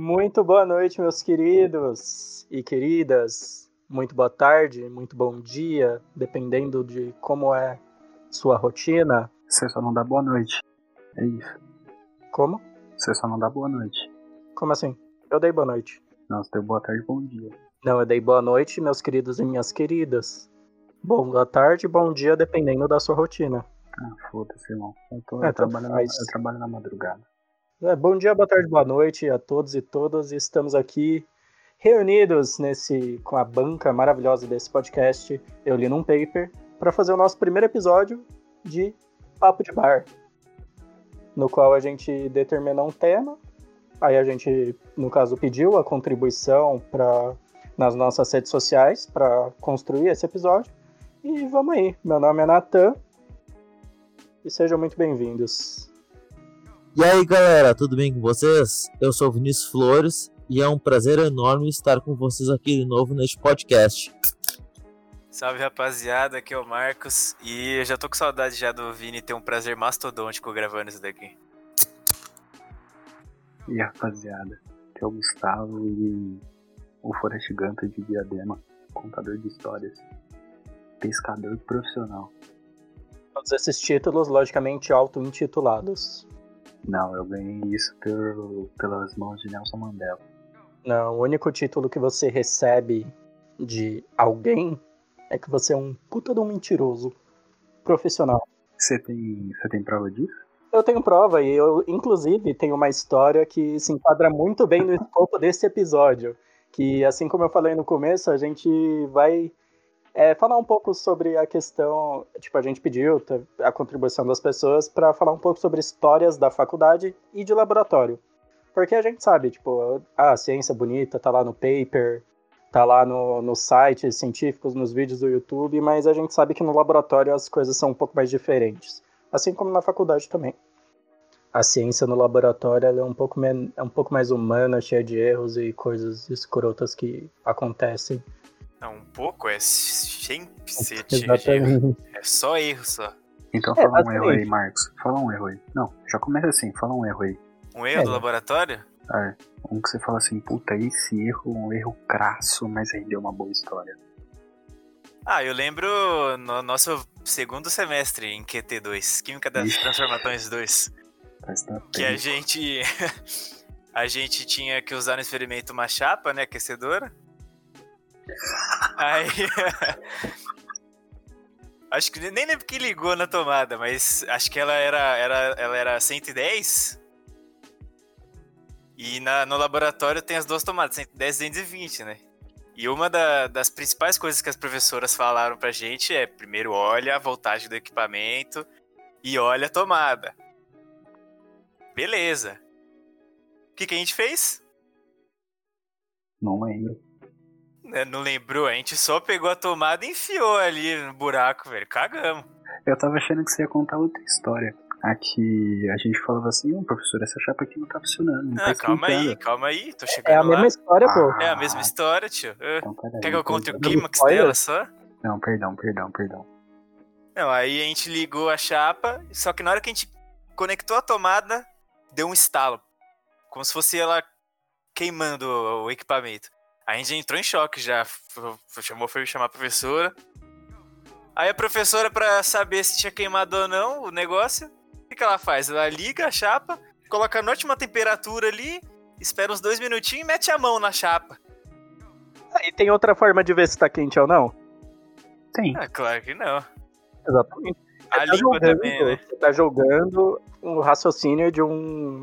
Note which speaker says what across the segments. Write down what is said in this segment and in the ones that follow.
Speaker 1: Muito boa noite, meus queridos e queridas. Muito boa tarde, muito bom dia, dependendo de como é sua rotina.
Speaker 2: Você só não dá boa noite. É isso.
Speaker 1: Como?
Speaker 2: Você só não dá boa noite.
Speaker 1: Como assim? Eu dei boa noite.
Speaker 2: Não, você deu boa tarde e bom dia.
Speaker 1: Não, eu dei boa noite, meus queridos e minhas queridas. Boa tarde, bom dia, dependendo da sua rotina.
Speaker 2: Ah, foda-se, irmão. Eu trabalho na madrugada.
Speaker 1: Bom dia, boa tarde, boa noite a todos e todas. Estamos aqui reunidos com a banca maravilhosa desse podcast, Eu Li Num Paper, para fazer o nosso primeiro episódio de Papo de Bar, no qual a gente determina um tema. Aí a gente, no caso, pediu a contribuição nas nossas redes sociais para construir esse episódio. E vamos aí. Meu nome é Natan e sejam muito bem-vindos.
Speaker 3: E aí galera, tudo bem com vocês? Eu sou o Vinícius Flores e é um prazer enorme estar com vocês aqui de novo neste podcast.
Speaker 4: Salve rapaziada, aqui é o Marcos e eu já tô com saudade já do Vini ter um prazer mastodôntico gravando isso daqui.
Speaker 2: E rapaziada, aqui é o Gustavo e o Forrest Gump de Diadema, contador de histórias, pescador profissional.
Speaker 1: Todos esses títulos, logicamente, auto-intitulados.
Speaker 2: Não, eu ganhei isso pelas mãos de Nelson Mandela.
Speaker 1: Não, o único título que você recebe de alguém é que você é um puta de um mentiroso profissional.
Speaker 2: Você tem prova disso?
Speaker 1: Eu tenho prova e eu, inclusive, tenho uma história que se enquadra muito bem no escopo desse episódio. Que, assim como eu falei no começo, a gente vai falar um pouco sobre a questão... Tipo, a gente pediu a contribuição das pessoas para falar um pouco sobre histórias da faculdade e de laboratório. Porque a gente sabe, tipo, a ciência bonita tá lá no paper, tá lá nos sites científicos, nos vídeos do YouTube, mas a gente sabe que no laboratório as coisas são um pouco mais diferentes. Assim como na faculdade também. A ciência no laboratório ela é um pouco mais humana, cheia de erros e coisas escrotas que acontecem.
Speaker 4: Não, um pouco é sempre ser
Speaker 1: Exatamente.
Speaker 4: É só erro só.
Speaker 2: Então fala um erro aí, Marcos. Fala um erro aí. Não, já começa assim, fala um erro aí.
Speaker 4: Um erro do laboratório?
Speaker 2: Um que você fala assim, puta, esse erro é um erro crasso, mas aí deu uma boa história.
Speaker 4: Eu lembro no nosso segundo semestre em QT2, Química das Transformações 2, que a gente tinha que usar no experimento uma chapa, né, aquecedora. Aí acho que nem lembro quem ligou na tomada, mas acho que ela era 110. E no laboratório tem as duas tomadas, 110 e 220, né? E uma das principais coisas que as professoras falaram pra gente é: primeiro olha a voltagem do equipamento e olha a tomada. Beleza. O que a gente fez?
Speaker 2: Não lembro.
Speaker 4: Não lembrou? A gente só pegou a tomada e enfiou ali no buraco, velho. Cagamos.
Speaker 2: Eu tava achando que você ia contar outra história. Aqui a gente falava assim, professor, essa chapa aqui não tá funcionando. Não tá
Speaker 4: calma aí, tô chegando lá.
Speaker 1: É a mesma história, pô.
Speaker 4: É a mesma história, tio.
Speaker 2: Então,
Speaker 4: Quer que eu conte o clímax dela só?
Speaker 2: Não, perdão.
Speaker 4: Não, aí a gente ligou a chapa, só que na hora que a gente conectou a tomada, deu um estalo. Como se fosse ela queimando o equipamento. Aí a gente entrou em choque já, foi chamar a professora. Aí a professora, pra saber se tinha queimado ou não o negócio, o que ela faz? Ela liga a chapa, coloca na ótima temperatura ali, espera uns 2 minutinhos e mete a mão na chapa.
Speaker 1: E tem outra forma de ver se tá quente ou não?
Speaker 2: Tem.
Speaker 4: Claro que não.
Speaker 1: Exatamente.
Speaker 4: A língua também, né?
Speaker 1: Você tá jogando o raciocínio de um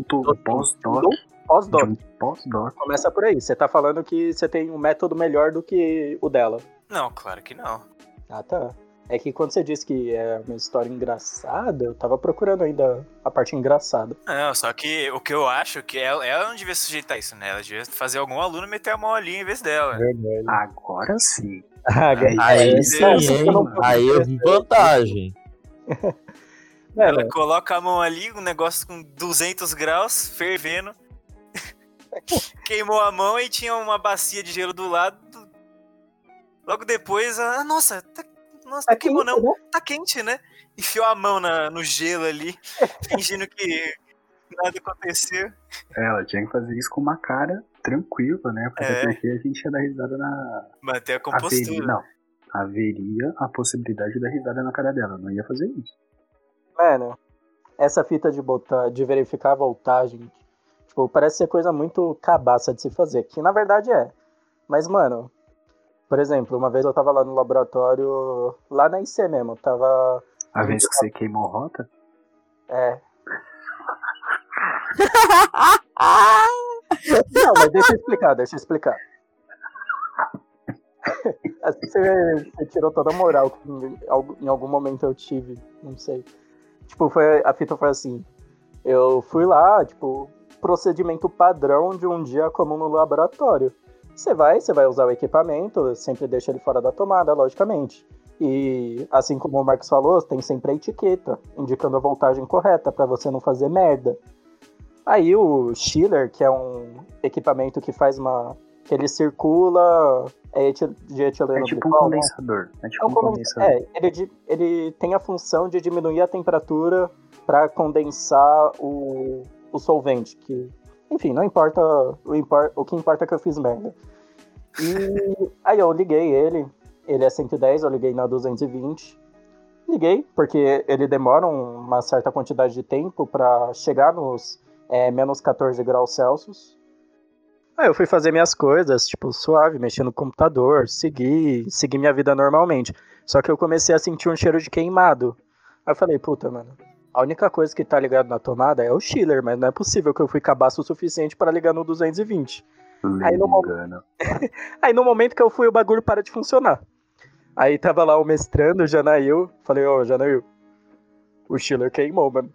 Speaker 1: pós-doc. Começa por aí. Você tá falando que você tem um método melhor do que o dela.
Speaker 4: Não, claro que não.
Speaker 1: Ah, tá. É que quando você disse que é uma história engraçada, eu tava procurando ainda a parte engraçada.
Speaker 4: Não, só que o que eu acho que ela não devia sujeitar isso, né? Ela devia fazer algum aluno meter a mão ali em vez dela.
Speaker 1: Verdade.
Speaker 2: Agora sim.
Speaker 3: Aí sim, hein? Aí eu vi vantagem.
Speaker 4: Ela coloca a mão ali, um negócio com 200 graus, fervendo. Queimou a mão e tinha uma bacia de gelo do lado. Logo depois, nossa, tá queimou não, né? Tá quente, né? Enfiou a mão no gelo ali, fingindo que Nada aconteceu.
Speaker 2: Ela tinha que fazer isso com uma cara tranquila, né? Até porque a gente ia dar risada na...
Speaker 4: Manter a
Speaker 2: Haveria,
Speaker 4: compostura.
Speaker 2: não. Haveria a possibilidade de dar risada na cara dela. Não ia fazer isso.
Speaker 1: Mano, essa fita de verificar a voltagem, tipo, parece ser coisa muito cabaça de se fazer, que na verdade é. Mas, mano, por exemplo, uma vez eu tava lá no laboratório, lá na IC mesmo, tava...
Speaker 2: A vez que você queimou rota?
Speaker 1: É. Não, mas deixa eu explicar. Assim você tirou toda a moral que em algum momento eu tive, não sei. Tipo, a fita foi assim, eu fui lá, tipo, procedimento padrão de um dia comum no laboratório. Você vai usar o equipamento, sempre deixa ele fora da tomada, logicamente. E, assim como o Marcos falou, tem sempre a etiqueta, indicando a voltagem correta, pra você não fazer merda. Aí o chiller, que é um equipamento que faz que ele circula de etileno
Speaker 2: É tipo um
Speaker 1: glicol,
Speaker 2: condensador. É tipo um condensador.
Speaker 1: ele tem a função de diminuir a temperatura para condensar o solvente, que, enfim, não importa, o que importa é que eu fiz merda. E aí eu liguei ele é 110, eu liguei na 220. Liguei, porque ele demora uma certa quantidade de tempo para chegar nos menos 14 graus Celsius. Aí eu fui fazer minhas coisas, tipo, suave, mexer no computador, seguir minha vida normalmente. Só que eu comecei a sentir um cheiro de queimado. Aí eu falei, puta, mano, a única coisa que tá ligado na tomada é o chiller, mas não é possível que eu fui cabaço o suficiente para ligar no 220. Aí no momento que eu fui, o bagulho para de funcionar. Aí tava lá o mestrando, o Janail. Falei, ô, Janail, o chiller queimou, mano.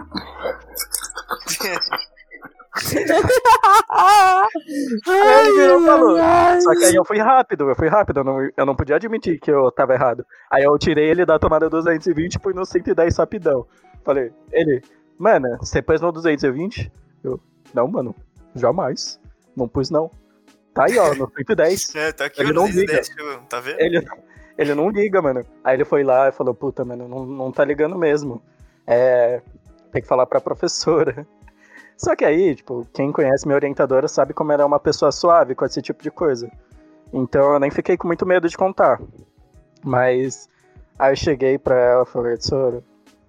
Speaker 1: Aí ele virou e falou. Só que aí eu fui rápido, eu não podia admitir que eu tava errado. Aí eu tirei ele da tomada 220 e fui no 110 rapidão. Falei, mano, você pôs no 220? Eu, não, mano, jamais. Não pus não. Tá aí, ó, no 110.
Speaker 4: Tá aqui
Speaker 1: ele
Speaker 4: o
Speaker 1: não liga.
Speaker 4: Tá vendo?
Speaker 1: Ele não liga, mano. Aí ele foi lá e falou, puta, mano, não tá ligando mesmo. Tem que falar pra professora. Só que aí, tipo, quem conhece minha orientadora sabe como ela é uma pessoa suave com esse tipo de coisa. Então eu nem fiquei com muito medo de contar. Mas aí eu cheguei pra ela e falei, professora,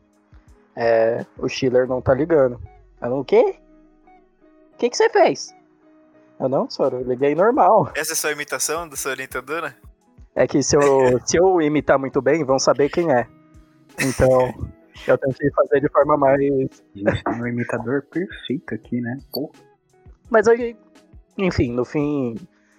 Speaker 1: o chiller não tá ligando. Ela, o quê? O que você fez? Eu não, senhora, eu liguei normal.
Speaker 4: Essa é a sua imitação da sua orientadora?
Speaker 1: É que se eu imitar muito bem, vão saber quem é. Então, eu tenho que fazer de forma mais...
Speaker 2: A gente tem um imitador perfeito aqui, né? Pô.
Speaker 1: Mas aí, enfim, no fim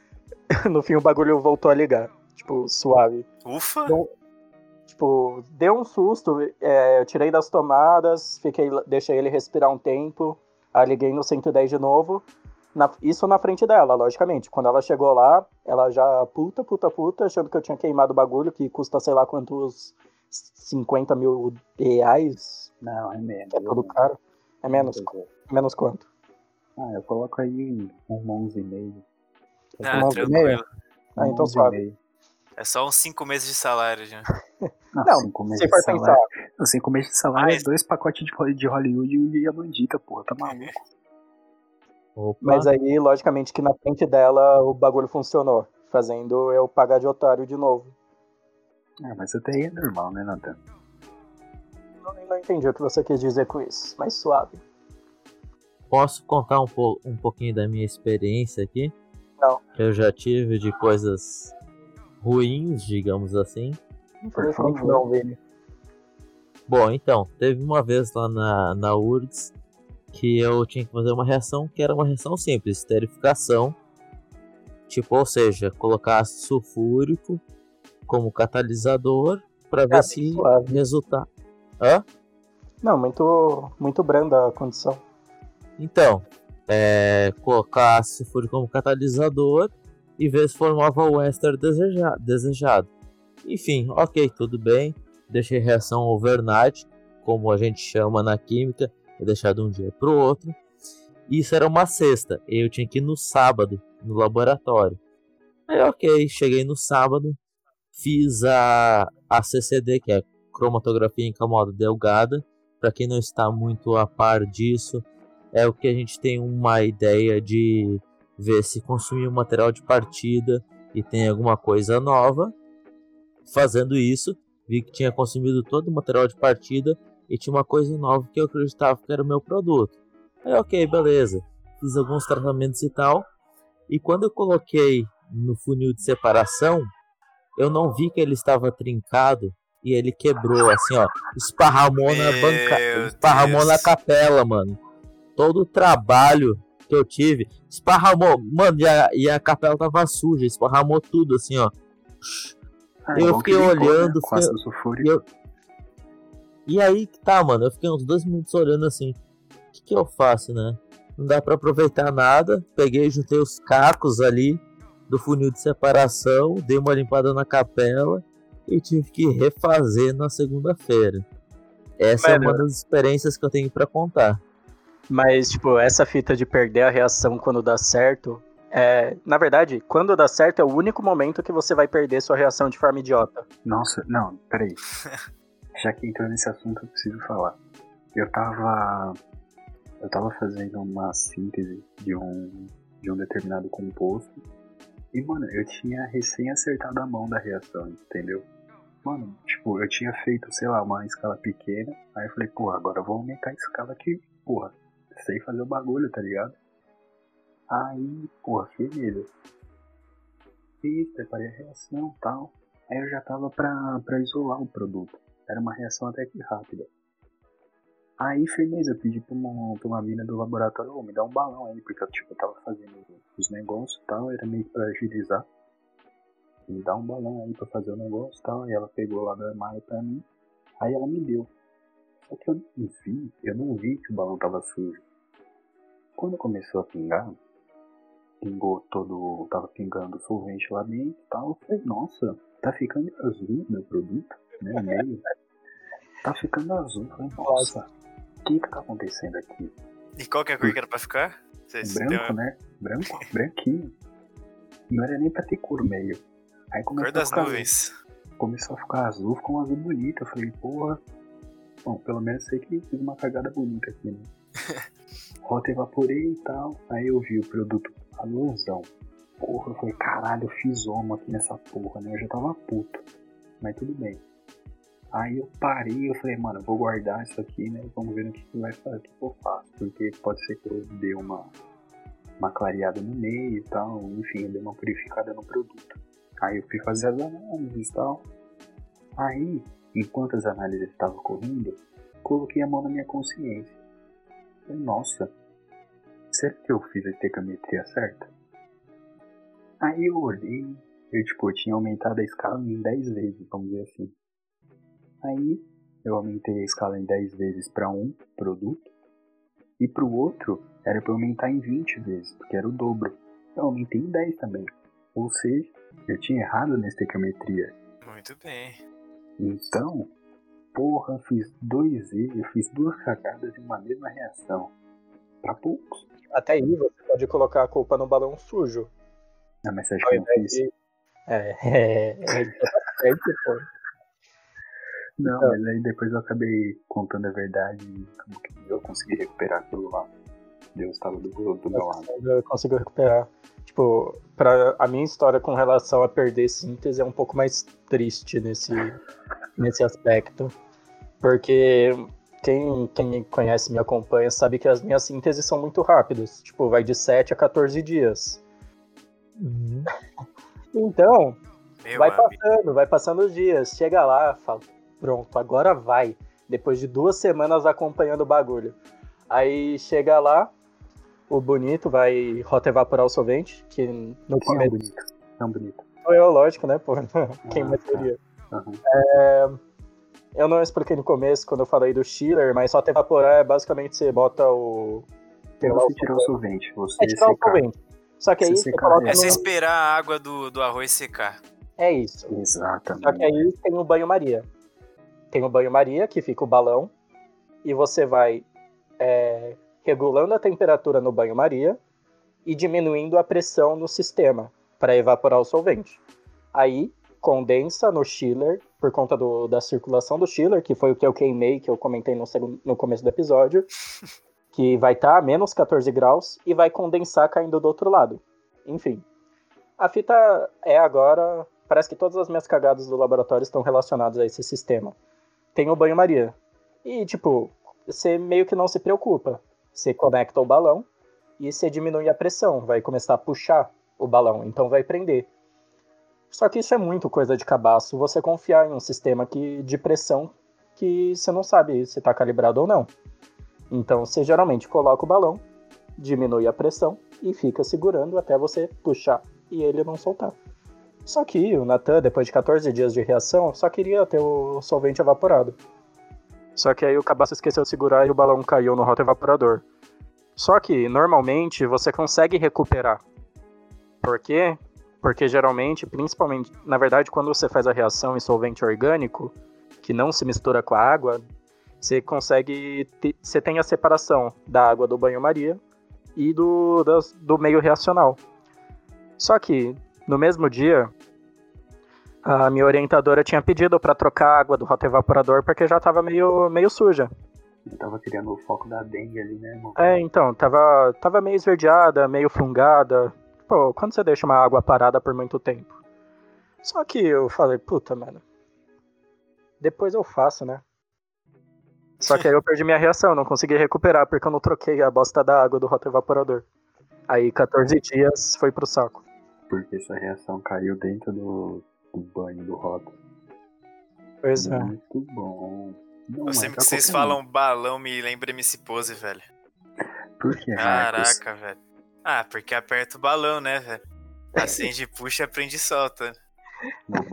Speaker 1: o bagulho voltou a ligar. Tipo, suave.
Speaker 4: Ufa!
Speaker 1: Então, tipo, deu um susto, eu tirei das tomadas, deixei ele respirar um tempo, aí liguei no 110 de novo. Isso na frente dela, logicamente. Quando ela chegou lá, ela já puta, achando que eu tinha queimado o bagulho, que custa sei lá quantos 50 mil reais.
Speaker 2: Não, é menos.
Speaker 1: É tudo caro. É menos. Menos quanto?
Speaker 2: Eu coloco aí um 11,5.
Speaker 4: Tranquilo.
Speaker 1: Então suave.
Speaker 4: É só uns 5 meses de salário já.
Speaker 2: Não, 5 meses
Speaker 1: se for
Speaker 2: de salário. Não, 5 meses de salário é 2 pacotes de Hollywood e a bandita, porra, tá maluco.
Speaker 3: Opa.
Speaker 1: Mas aí, logicamente, que na frente dela o bagulho funcionou, fazendo eu pagar de otário de novo.
Speaker 2: Mas até aí é normal, né, Nathan?
Speaker 1: Não entendi o que você quis dizer com isso, mas suave.
Speaker 3: Posso contar um pouquinho da minha experiência aqui?
Speaker 1: Não.
Speaker 3: Que eu já tive de coisas ruins, digamos assim.
Speaker 1: Infelizmente não, Vini.
Speaker 3: Bom, então, teve uma vez lá na URGS que eu tinha que fazer uma reação que era uma reação simples, esterificação. Tipo, ou seja, colocar ácido sulfúrico como catalisador para ver se resultar. Hã?
Speaker 1: Não, muito branda a condição.
Speaker 3: Então, colocar ácido sulfúrico como catalisador e ver se formava o éster desejado. Enfim, ok, tudo bem. Deixei reação overnight, como a gente chama na química, é deixar de um dia para o outro. Isso era uma sexta, e eu tinha que ir no sábado, no laboratório. Aí ok, cheguei no sábado, fiz a CCD, que é cromatografia em camada delgada. Para quem não está muito a par disso, é o que a gente tem uma ideia de ver se consumir o material de partida e tem alguma coisa nova. Fazendo isso, vi que tinha consumido todo o material de partida e tinha uma coisa nova que eu acreditava que era o meu produto. Aí, ok, beleza. Fiz alguns tratamentos e tal. E quando eu coloquei no funil de separação, eu não vi que ele estava trincado e ele quebrou, assim, ó. Esparramou na bancada, esparramou na capela, mano. Todo o trabalho que eu tive, esparramou, mano, e a capela tava suja, esparramou tudo, assim, ó. Eu fiquei olhando, e aí que tá, mano, eu fiquei uns 2 minutos olhando assim, o que eu faço, né? Não dá pra aproveitar nada, peguei e juntei os cacos ali do funil de separação, dei uma limpada na capela e tive que refazer na segunda-feira. Essa é uma das experiências que eu tenho pra contar.
Speaker 1: Mas, tipo, essa fita de perder a reação quando dá certo, na verdade, quando dá certo é o único momento que você vai perder sua reação de forma idiota.
Speaker 2: Nossa, não, peraí. Já que entrou nesse assunto, eu preciso falar. Eu tava fazendo uma síntese de um determinado composto e, mano, eu tinha recém acertado a mão da reação, entendeu? Mano, tipo, eu tinha feito, sei lá, uma escala pequena, aí eu falei, porra, agora eu vou aumentar a escala aqui, porra, sei fazer o bagulho, tá ligado? Aí, porra, firmeza. Fiz, preparei a reação e tal. Aí eu já tava pra isolar o produto. Era uma reação até que rápida. Aí, firmeza, eu pedi pra uma mina do laboratório, me dá um balão aí, porque eu tava fazendo os negócios e tal, era meio pra agilizar. Me dá um balão aí pra fazer o negócio e tal. Aí ela pegou lá do armário pra mim. Aí ela me deu. Só que eu não vi que o balão tava sujo. Quando começou a pingar, tava pingando solvente lá dentro e tal. Eu falei, nossa, tá ficando azul meu produto, né? O meio. Tá ficando azul. Eu falei, nossa, o que tá acontecendo aqui?
Speaker 4: E qual que é a cor que era pra ficar?
Speaker 2: Branco, né? Branquinho. Não era nem pra ter cor meio. Aí
Speaker 4: cor das nuvens.
Speaker 2: Começou a ficar azul, ficou um azul bonito. Eu falei, porra. Bom, pelo menos sei que fiz uma cagada bonita aqui, né? Rota evaporei e tal. Aí eu vi o produto azulzão. Porra, eu falei, caralho, eu fiz homo aqui nessa porra, né? Eu já tava puto. Mas tudo bem. Aí eu parei, eu falei, mano, eu vou guardar isso aqui, né? Vamos ver no que vai fazer, o que eu faço. Porque pode ser que eu dê uma clareada no meio e tal. Enfim, eu dei uma purificada no produto. Aí eu fui fazer as análises e tal. Aí, enquanto as análises estavam correndo, coloquei a mão na minha consciência. Falei, nossa, será que eu fiz a estequiometria certa? Aí eu olhei, eu tinha aumentado a escala em 10 vezes, vamos dizer assim. Aí eu aumentei a escala em 10 vezes para um produto, e para o outro era para aumentar em 20 vezes, porque era o dobro. Eu aumentei em 10 também. Ou seja, eu tinha errado na estequiometria.
Speaker 4: Muito bem.
Speaker 2: Então, porra, fiz 2 erros, eu fiz 2 cagadas em uma mesma reação. Pra poucos.
Speaker 1: Até aí você pode colocar a culpa no balão sujo.
Speaker 2: Ah, mas você acha que eu não fiz? Não, então, mas aí depois eu acabei contando a verdade e como que eu consegui recuperar aquilo lá. Deus estava do meu lado.
Speaker 1: Eu consigo recuperar. Tipo, a minha história com relação a perder síntese é um pouco mais triste nesse aspecto. Porque quem me conhece, me acompanha, sabe que as minhas sínteses são muito rápidas. Tipo, vai de 7 a 14 dias. Uhum. Então, vai passando os dias. Chega lá, fala, pronto, agora vai. Depois de 2 semanas acompanhando o bagulho. Aí chega lá, o bonito vai rotoevaporar o solvente, que no começo...
Speaker 2: É um bonito.
Speaker 1: Eu, lógico, né, pô? Quem mais seria? Uhum. Eu não expliquei no começo, quando eu falei do chiller, mas rotoevaporar é basicamente você bota o...
Speaker 2: Você tirou o solvente, você
Speaker 1: tirar o solvente. Só que aí você coloca
Speaker 4: você esperar a água do arroz secar.
Speaker 1: É isso.
Speaker 2: Exatamente.
Speaker 1: Só que aí tem o banho-maria. Tem o banho-maria, que fica o balão, e você vai regulando a temperatura no banho-maria e diminuindo a pressão no sistema para evaporar o solvente. Aí condensa no chiller, por conta da circulação do chiller, que foi o que eu queimei, que eu comentei no começo do episódio. que vai estar a menos 14 graus e vai condensar caindo do outro lado. Enfim, a fita é agora... Parece que todas as minhas cagadas do laboratório estão relacionadas a esse sistema. Tem o banho-maria. E, tipo, você meio que não se preocupa. Você conecta o balão e você diminui a pressão. Vai começar a puxar o balão, então vai prender. Só que isso é muito coisa de cabaço. Você confiar em um sistema de pressão que você não sabe se está calibrado ou não. Então você geralmente coloca o balão, diminui a pressão e fica segurando até você puxar e ele não soltar. Só que o Nathan, depois de 14 dias de reação, só queria ter o solvente evaporado. Só que aí o cabaço esqueceu de segurar e o balão caiu no roto-evaporador. Só que, normalmente, você consegue recuperar. Por quê? Porque geralmente, principalmente, na verdade, quando você faz a reação em solvente orgânico, que não se mistura com a água, você consegue... Você tem a separação da água do banho-maria e do meio reacional. Só que, no mesmo dia, a minha orientadora tinha pedido para trocar a água do roto-evaporador porque já estava meio suja.
Speaker 2: Eu tava criando o foco da dengue ali, né, irmão?
Speaker 1: Então, tava meio esverdeada, meio fungada. Pô, quando você deixa uma água parada por muito tempo? Só que eu falei, puta, mano, depois eu faço, né? Só que aí eu perdi minha reação, não consegui recuperar porque eu não troquei a bosta da água do roto-evaporador. Aí 14 dias foi pro saco.
Speaker 2: Porque essa reação caiu dentro do banho do roto.
Speaker 1: Pois é.
Speaker 2: Muito bom. Não,
Speaker 4: Sempre que vocês falam balão, me lembra MC Pose, velho.
Speaker 2: Por que,
Speaker 4: Marcos? Caraca, velho. Ah, porque aperta o balão, né, velho? Acende, puxa, prende e solta.
Speaker 2: No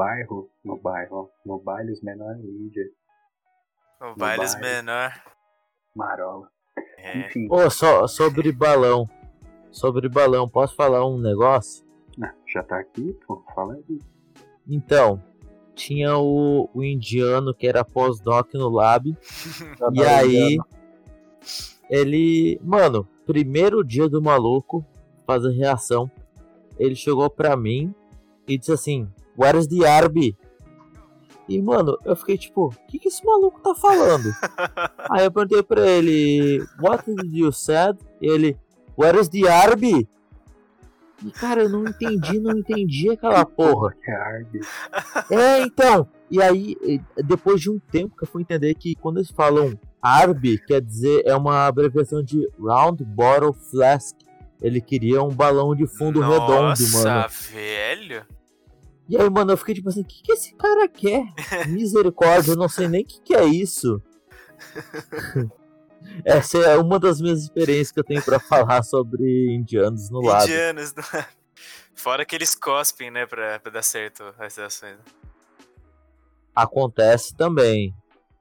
Speaker 2: baile os menores líder.
Speaker 4: No baile os menor.
Speaker 2: Marola. Enfim.
Speaker 3: Sobre balão. Sobre balão, posso falar um negócio?
Speaker 2: Já tá aqui, pô, fala aí.
Speaker 3: Então, tinha o indiano que era pós-doc no lab. E aí, ele... Mano, primeiro dia do maluco fazer reação, ele chegou pra mim e disse assim, where is the Arby? E, mano, eu fiquei tipo, o que esse maluco tá falando? Aí eu perguntei pra ele, what did you said? E ele, where is the Arby? E, cara, eu não entendi aquela porra. Então, e aí, depois de um tempo que eu fui entender que quando eles falam ARB, quer dizer, é uma abreviação de Round Bottle Flask. Ele queria um balão de fundo redondo, mano.
Speaker 4: Nossa, velho.
Speaker 3: E aí, mano, eu fiquei tipo assim, o que esse cara quer? Misericórdia, eu não sei nem o que é isso. Essa é uma das minhas experiências que eu tenho pra falar sobre indianos no lado.
Speaker 4: Indianos no lado. Fora que eles cospem, né, pra dar certo as ações.
Speaker 3: Acontece também.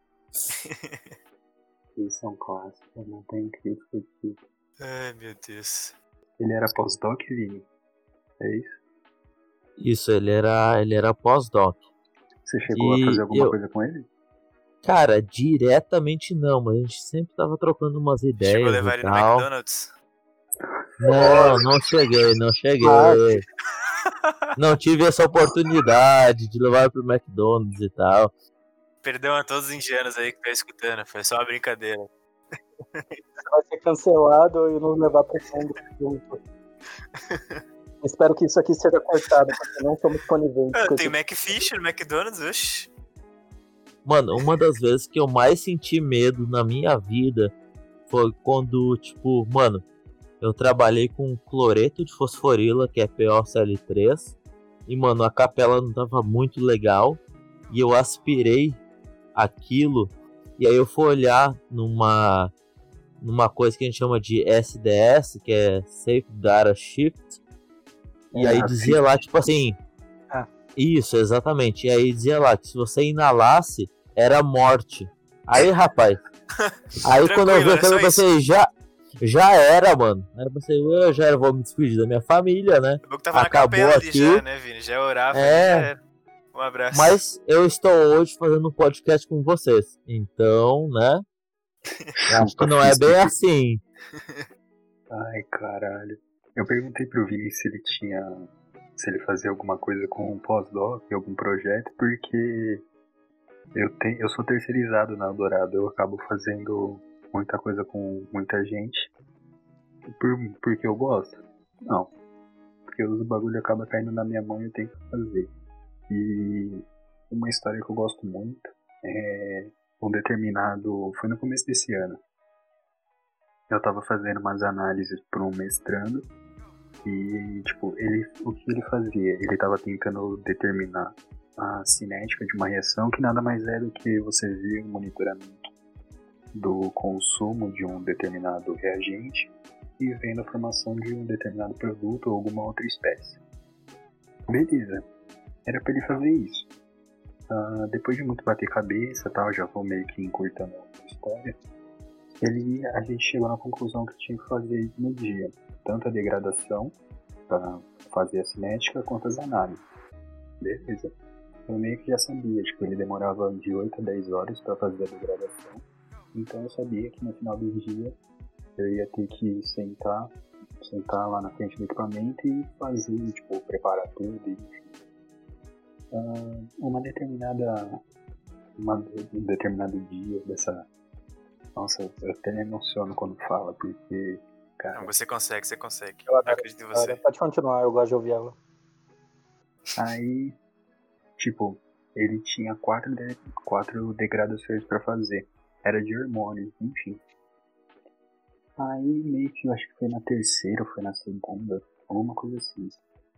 Speaker 2: Isso é um clássico, não tem crítica aqui.
Speaker 4: Ai, meu Deus.
Speaker 2: Ele era pós-doc, Vini? É isso?
Speaker 3: Isso, ele era pós-doc.
Speaker 2: Você chegou a fazer alguma coisa com ele?
Speaker 3: Cara, diretamente não, mas a gente sempre tava trocando umas ideias. Chegou a levar ele no
Speaker 4: McDonald's?
Speaker 3: Não cheguei. Não tive essa oportunidade de levar pro McDonald's e tal.
Speaker 4: Perdão a todos os indianos aí que tá escutando, foi só uma brincadeira.
Speaker 1: Você vai ser cancelado e nos levar pro fundo junto. Espero que isso aqui seja cortado, porque não somos coniventes.
Speaker 4: Tem McFish no McDonald's, oxi.
Speaker 3: Mano, uma das vezes que eu mais senti medo na minha vida foi quando, tipo, mano, eu trabalhei com cloreto de fosforila, que é POCl3, e, mano, a capela não tava muito legal, e eu aspirei aquilo, e aí eu fui olhar numa coisa que a gente chama de SDS, que é Safe Data Shift, e aí dizia lá, tipo assim... Isso, exatamente. E aí dizia lá que se você inalasse, era morte. Aí, rapaz. Aí quando eu vi aquilo, eu pensei, já era, mano. Aí eu pensei, vou me despedir da minha família, né?
Speaker 4: Acabou aqui. Já, né, Vini? Já orava, já era. Um abraço.
Speaker 3: Mas eu estou hoje fazendo um podcast com vocês. Então, né? Acho que não é bem assim.
Speaker 2: Ai, caralho. Eu perguntei pro Vini se ele fazia alguma coisa com um pós-doc, algum projeto, porque eu sou terceirizado na Eldorado, eu acabo fazendo muita coisa com muita gente porque eu gosto? Não. Porque os bagulho acaba caindo na minha mão e eu tenho que fazer. E uma história que eu gosto muito é um determinado... Foi no começo desse ano. Eu tava fazendo umas análises para um mestrando e, tipo, o que ele fazia? Ele tava tentando determinar a cinética de uma reação que nada mais é do que você ver o monitoramento do consumo de um determinado reagente e vendo a formação de um determinado produto ou alguma outra espécie. Beleza, era para ele fazer isso. Depois de muito bater cabeça, tal, já vou meio que encurtando a história, a gente chegou na conclusão que tinha que fazer no dia tanto a degradação para fazer a cinética quanto as análises. Beleza. Eu meio que já sabia, tipo, ele demorava de 8 a 10 horas para fazer a degradação, então eu sabia que no final do dia eu ia ter que sentar lá na frente do equipamento e fazer, tipo, preparar tudo, enfim. Um determinado dia dessa... Nossa, eu até me emociono quando fala, porque, cara...
Speaker 4: Não, você consegue.
Speaker 1: Eu
Speaker 4: acredito em você.
Speaker 1: Pode continuar, eu gosto de ouvir ela.
Speaker 2: Aí, tipo, ele tinha 4 degradações pra fazer. Era de hormônio, enfim. Aí, meio que eu acho que foi na terceira ou foi na segunda, alguma coisa assim.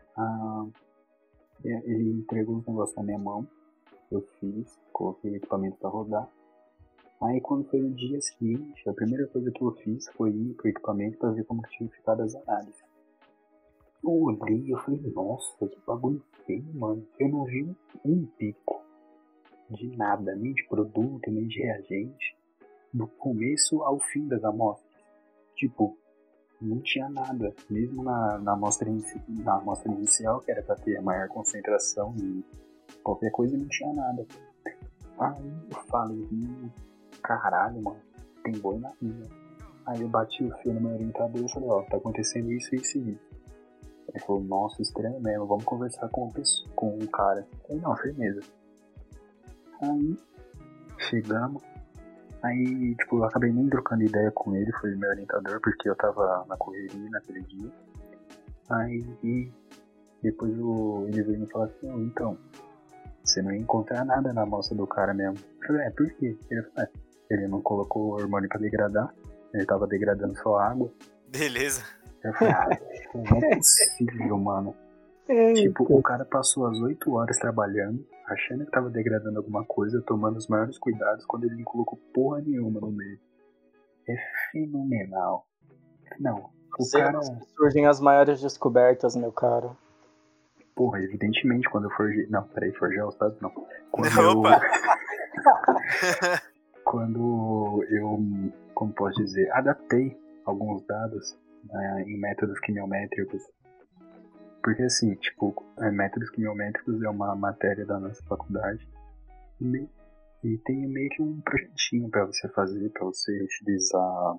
Speaker 2: Ele entregou os negócios na minha mão, eu fiz, coloquei o equipamento pra rodar. Aí quando foi no dia seguinte, a primeira coisa que eu fiz foi ir pro equipamento pra ver como que tinha ficado as análises. Eu olhei e eu falei, nossa, que bagulho feio, mano. Eu não vi um pico de nada, nem de produto, nem de reagente, do começo ao fim das amostras. Tipo, não tinha nada. Mesmo na amostra inicial, que era pra ter a maior concentração de qualquer coisa, não tinha nada. Aí eu falei, caralho, mano, tem boi na minha. Aí eu bati o fio no meu orientador e falei, ó, tá acontecendo isso e isso. Ele falou, nossa, estranho mesmo, vamos conversar com o cara. Eu falei, não, firmeza. Aí, chegamos. Aí, tipo, eu acabei nem trocando ideia com ele, foi meu orientador, porque eu tava na correria naquele dia. Aí, depois ele veio me falar assim, então, você não ia encontrar nada na amostra do cara mesmo. Eu falei, por quê? Ele falou, ele não colocou hormônio pra degradar, ele tava degradando só água.
Speaker 4: Beleza.
Speaker 2: Eu falei, não é possível, mano. Tipo, o cara passou as 8 horas trabalhando, achando que tava degradando alguma coisa, tomando os maiores cuidados, quando ele não colocou porra nenhuma no meio. É fenomenal. Não,
Speaker 1: surgem as maiores descobertas, meu caro.
Speaker 2: Porra, evidentemente, quando eu forjei... Não, peraí, forjar os dados? Não.
Speaker 4: Opa!
Speaker 2: Quando eu, como posso dizer, adaptei alguns dados em métodos quimiométricos. Porque assim, tipo, métodos quimiométricos é uma matéria da nossa faculdade e tem meio que um projetinho pra você fazer, pra você utilizar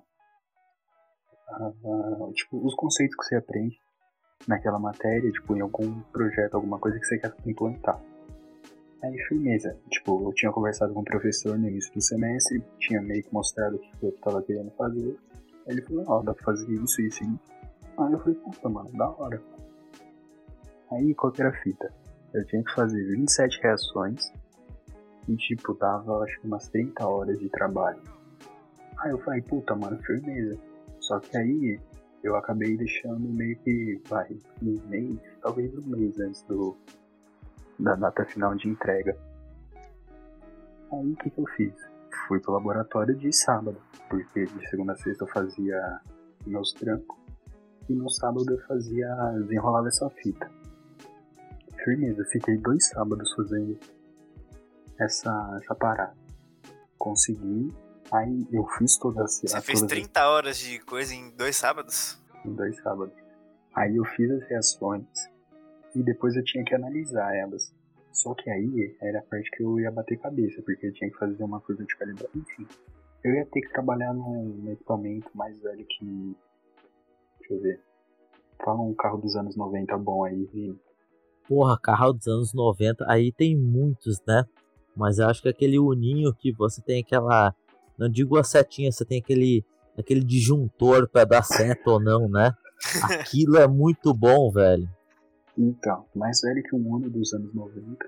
Speaker 2: tipo, os conceitos que você aprende naquela matéria, tipo, em algum projeto, alguma coisa que você quer implantar. Aí, firmeza. Tipo, eu tinha conversado com o professor no início do semestre, tinha meio que mostrado o que eu tava querendo fazer. Aí ele falou, dá pra fazer isso. Aí eu falei, puta, mano, da hora. Aí, qual que era a fita? Eu tinha que fazer 27 reações e, tipo, dava, acho que umas 30 horas de trabalho. Aí eu falei, puta, mano, firmeza. Só que aí, eu acabei deixando meio que, um mês, talvez um mês antes da data final de entrega. Aí o que eu fiz? Fui pro laboratório de sábado, porque de segunda a sexta eu fazia meus trampos e no sábado eu desenrolava essa fita. Firmeza, fiquei 2 sábados fazendo essa parada. Consegui, aí eu fiz todas as...
Speaker 4: Você fez 30 horas de coisa em 2 sábados?
Speaker 2: Em 2 sábados. Aí eu fiz as reações e depois eu tinha que analisar elas. Só que aí era a parte que eu ia bater cabeça, porque eu tinha que fazer uma curva de qualidade. Enfim, eu ia ter que trabalhar num equipamento mais velho que... Deixa eu ver. Fala um carro dos anos 90 bom aí, Vini.
Speaker 3: Porra, carro dos anos 90, aí tem muitos, né? Mas eu acho que aquele uninho que você tem aquela Não digo a setinha, você tem aquele disjuntor pra dar seta ou não, né? Aquilo é muito bom, velho.
Speaker 2: Então, mais velho que o mundo dos anos 90.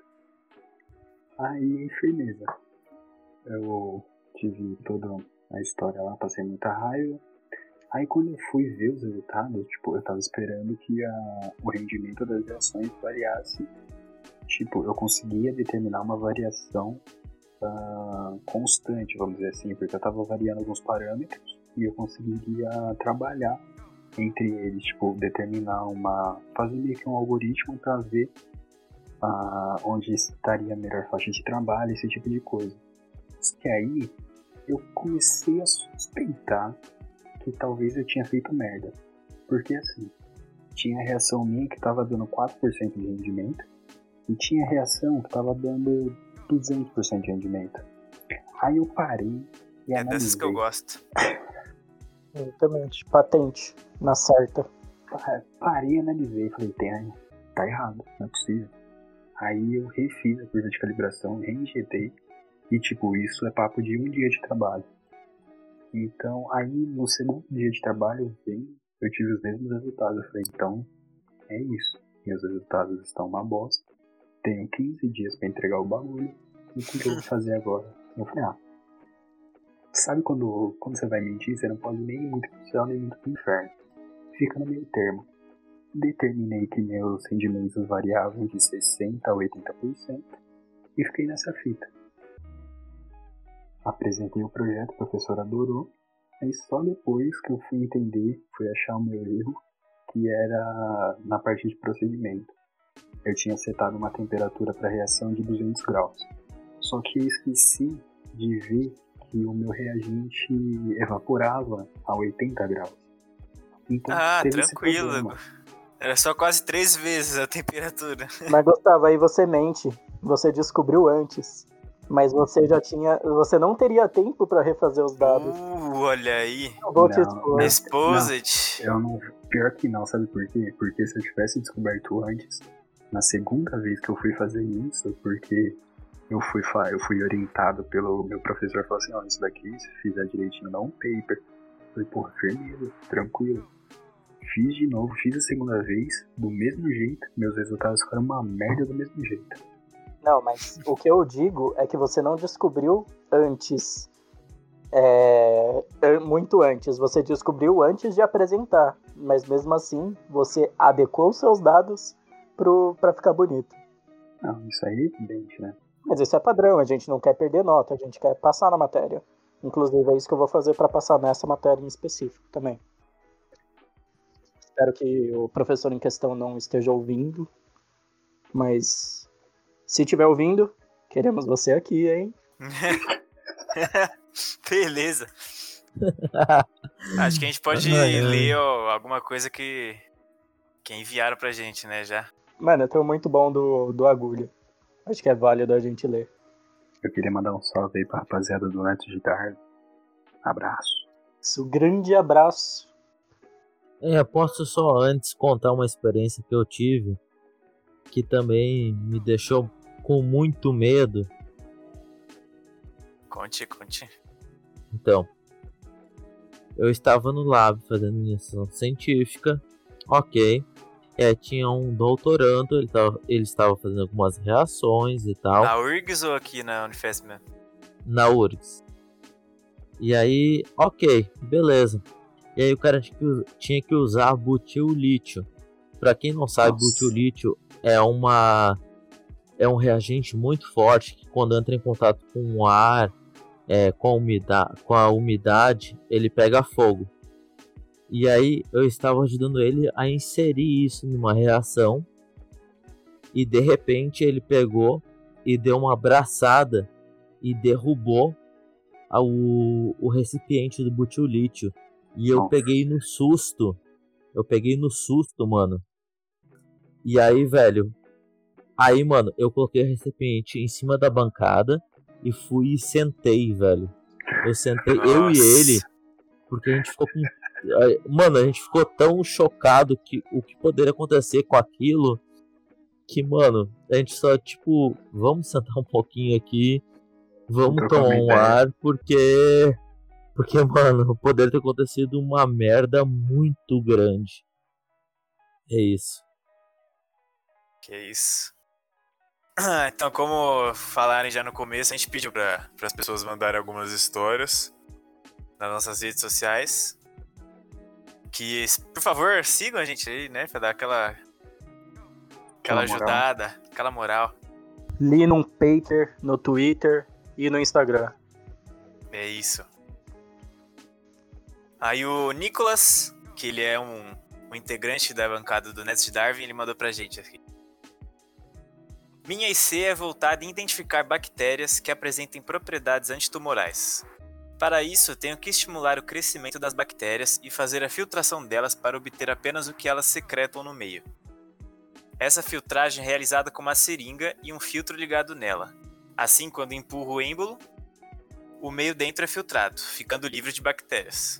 Speaker 2: Aí, firmeza. Eu tive toda a história lá, passei muita raiva. Aí quando eu fui ver os resultados, tipo, eu tava esperando que o rendimento das reações variasse. Tipo, eu conseguia determinar uma variação constante, vamos dizer assim, porque eu tava variando alguns parâmetros e eu conseguiria trabalhar entre eles, tipo, fazer meio que um algoritmo para ver onde estaria a melhor faixa de trabalho, esse tipo de coisa. Só que aí eu comecei a suspeitar que talvez eu tinha feito merda. Porque assim, tinha reação minha que tava dando 4% de rendimento e tinha reação que tava dando 200% de rendimento. Aí eu parei e analisei.
Speaker 4: É dessas que eu gosto.
Speaker 1: Exatamente, patente, na certa.
Speaker 2: Parei e analisei, falei, tá errado, não é possível. Aí eu refiz a curva de calibração, reinjetei, e tipo, isso é papo de 1 dia de trabalho. Então, aí no segundo dia de trabalho eu tive os mesmos resultados. Eu falei, então, é isso, meus resultados estão uma bosta, tenho 15 dias pra entregar o bagulho, e o que eu vou fazer agora? Eu falei, sabe quando você vai mentir, você não pode nem ir muito pro céu, nem muito pro inferno. Fica no meio termo. Determinei que meus rendimentos variavam de 60% a 80% e fiquei nessa fita. Apresentei o projeto, a professora adorou, aí só depois que eu fui achar o meu erro, que era na parte de procedimento. Eu tinha setado uma temperatura para reação de 200 graus, só que eu esqueci de ver que o meu reagente evaporava a 80 graus. Então,
Speaker 4: tranquilo. Era só quase 3 vezes a temperatura.
Speaker 1: Mas Gustavo, aí você mente. Você descobriu antes. Mas você não teria tempo pra refazer os dados.
Speaker 4: Olha aí.
Speaker 1: Eu vou te expor.
Speaker 4: Exposed.
Speaker 2: Eu não, pior que não, sabe por quê? Porque se eu tivesse descoberto antes, na segunda vez que eu fui fazer isso, porque eu fui orientado pelo meu professor, falou assim, isso daqui, se fizer direitinho, dá um paper. Eu falei, porra, firmeza, tranquilo. Fiz de novo, fiz a segunda vez, do mesmo jeito, meus resultados ficaram uma merda do mesmo jeito.
Speaker 1: Não, mas o que eu digo é que você não descobriu antes, muito antes, você descobriu antes de apresentar, mas mesmo assim, você adequou os seus dados pra ficar bonito.
Speaker 2: Não, isso aí é evidente, né?
Speaker 1: Mas isso é padrão, a gente não quer perder nota, a gente quer passar na matéria. Inclusive é isso que eu vou fazer pra passar nessa matéria em específico também. Espero que o professor em questão não esteja ouvindo, mas se estiver ouvindo, queremos você aqui, hein?
Speaker 4: Beleza. Acho que a gente pode ler alguma coisa que enviaram pra gente, né, já.
Speaker 1: Mano, eu tenho muito bom do Agulha. Acho que é válido a gente ler.
Speaker 2: Eu queria mandar um salve aí pra rapaziada do Neto de Dardo. Abraço.
Speaker 1: Grande abraço.
Speaker 3: Posso só antes contar uma experiência que eu tive que também me deixou com muito medo.
Speaker 4: Conte.
Speaker 3: Então, eu estava no lab fazendo iniciação científica, ok. Tinha um doutorando, ele estava fazendo algumas reações e tal.
Speaker 4: Na URGS ou aqui na Unifesp mesmo?
Speaker 3: Na URGS. E aí, ok, beleza. E aí o cara tinha que usar butil-lítio. Pra quem não sabe, butil-lítio é um reagente muito forte que quando entra em contato com o ar, com a umidade, ele pega fogo. E aí eu estava ajudando ele a inserir isso numa reação e de repente ele pegou e deu uma abraçada e derrubou o recipiente do butil-lítio. E eu peguei no susto, mano. E aí, velho, mano, eu coloquei o recipiente em cima da bancada e fui e sentei, velho. Eu sentei, eu e ele, porque a gente ficou com... Mano, a gente ficou tão chocado que o que poderia acontecer com aquilo, que, mano, a gente só, tipo, vamos sentar um pouquinho aqui Vamos tomar um ar porque, mano, poderia ter acontecido uma merda muito grande. É isso.
Speaker 4: Que isso. Então, como falaram já no começo, a gente pediu para as pessoas mandarem algumas histórias nas nossas redes sociais. Que, por favor, sigam a gente aí, né? Pra dar aquela ajudada, aquela moral.
Speaker 1: Li num paper no Twitter e no Instagram.
Speaker 4: É isso. Aí o Nicolas, que ele é um integrante da bancada do Nets de Darwin, ele mandou pra gente aqui. Minha IC é voltada em identificar bactérias que apresentem propriedades antitumorais. Para isso, tenho que estimular o crescimento das bactérias e fazer a filtração delas para obter apenas o que elas secretam no meio. Essa filtragem é realizada com uma seringa e um filtro ligado nela. Assim, quando empurro o êmbolo, o meio dentro é filtrado, ficando livre de bactérias.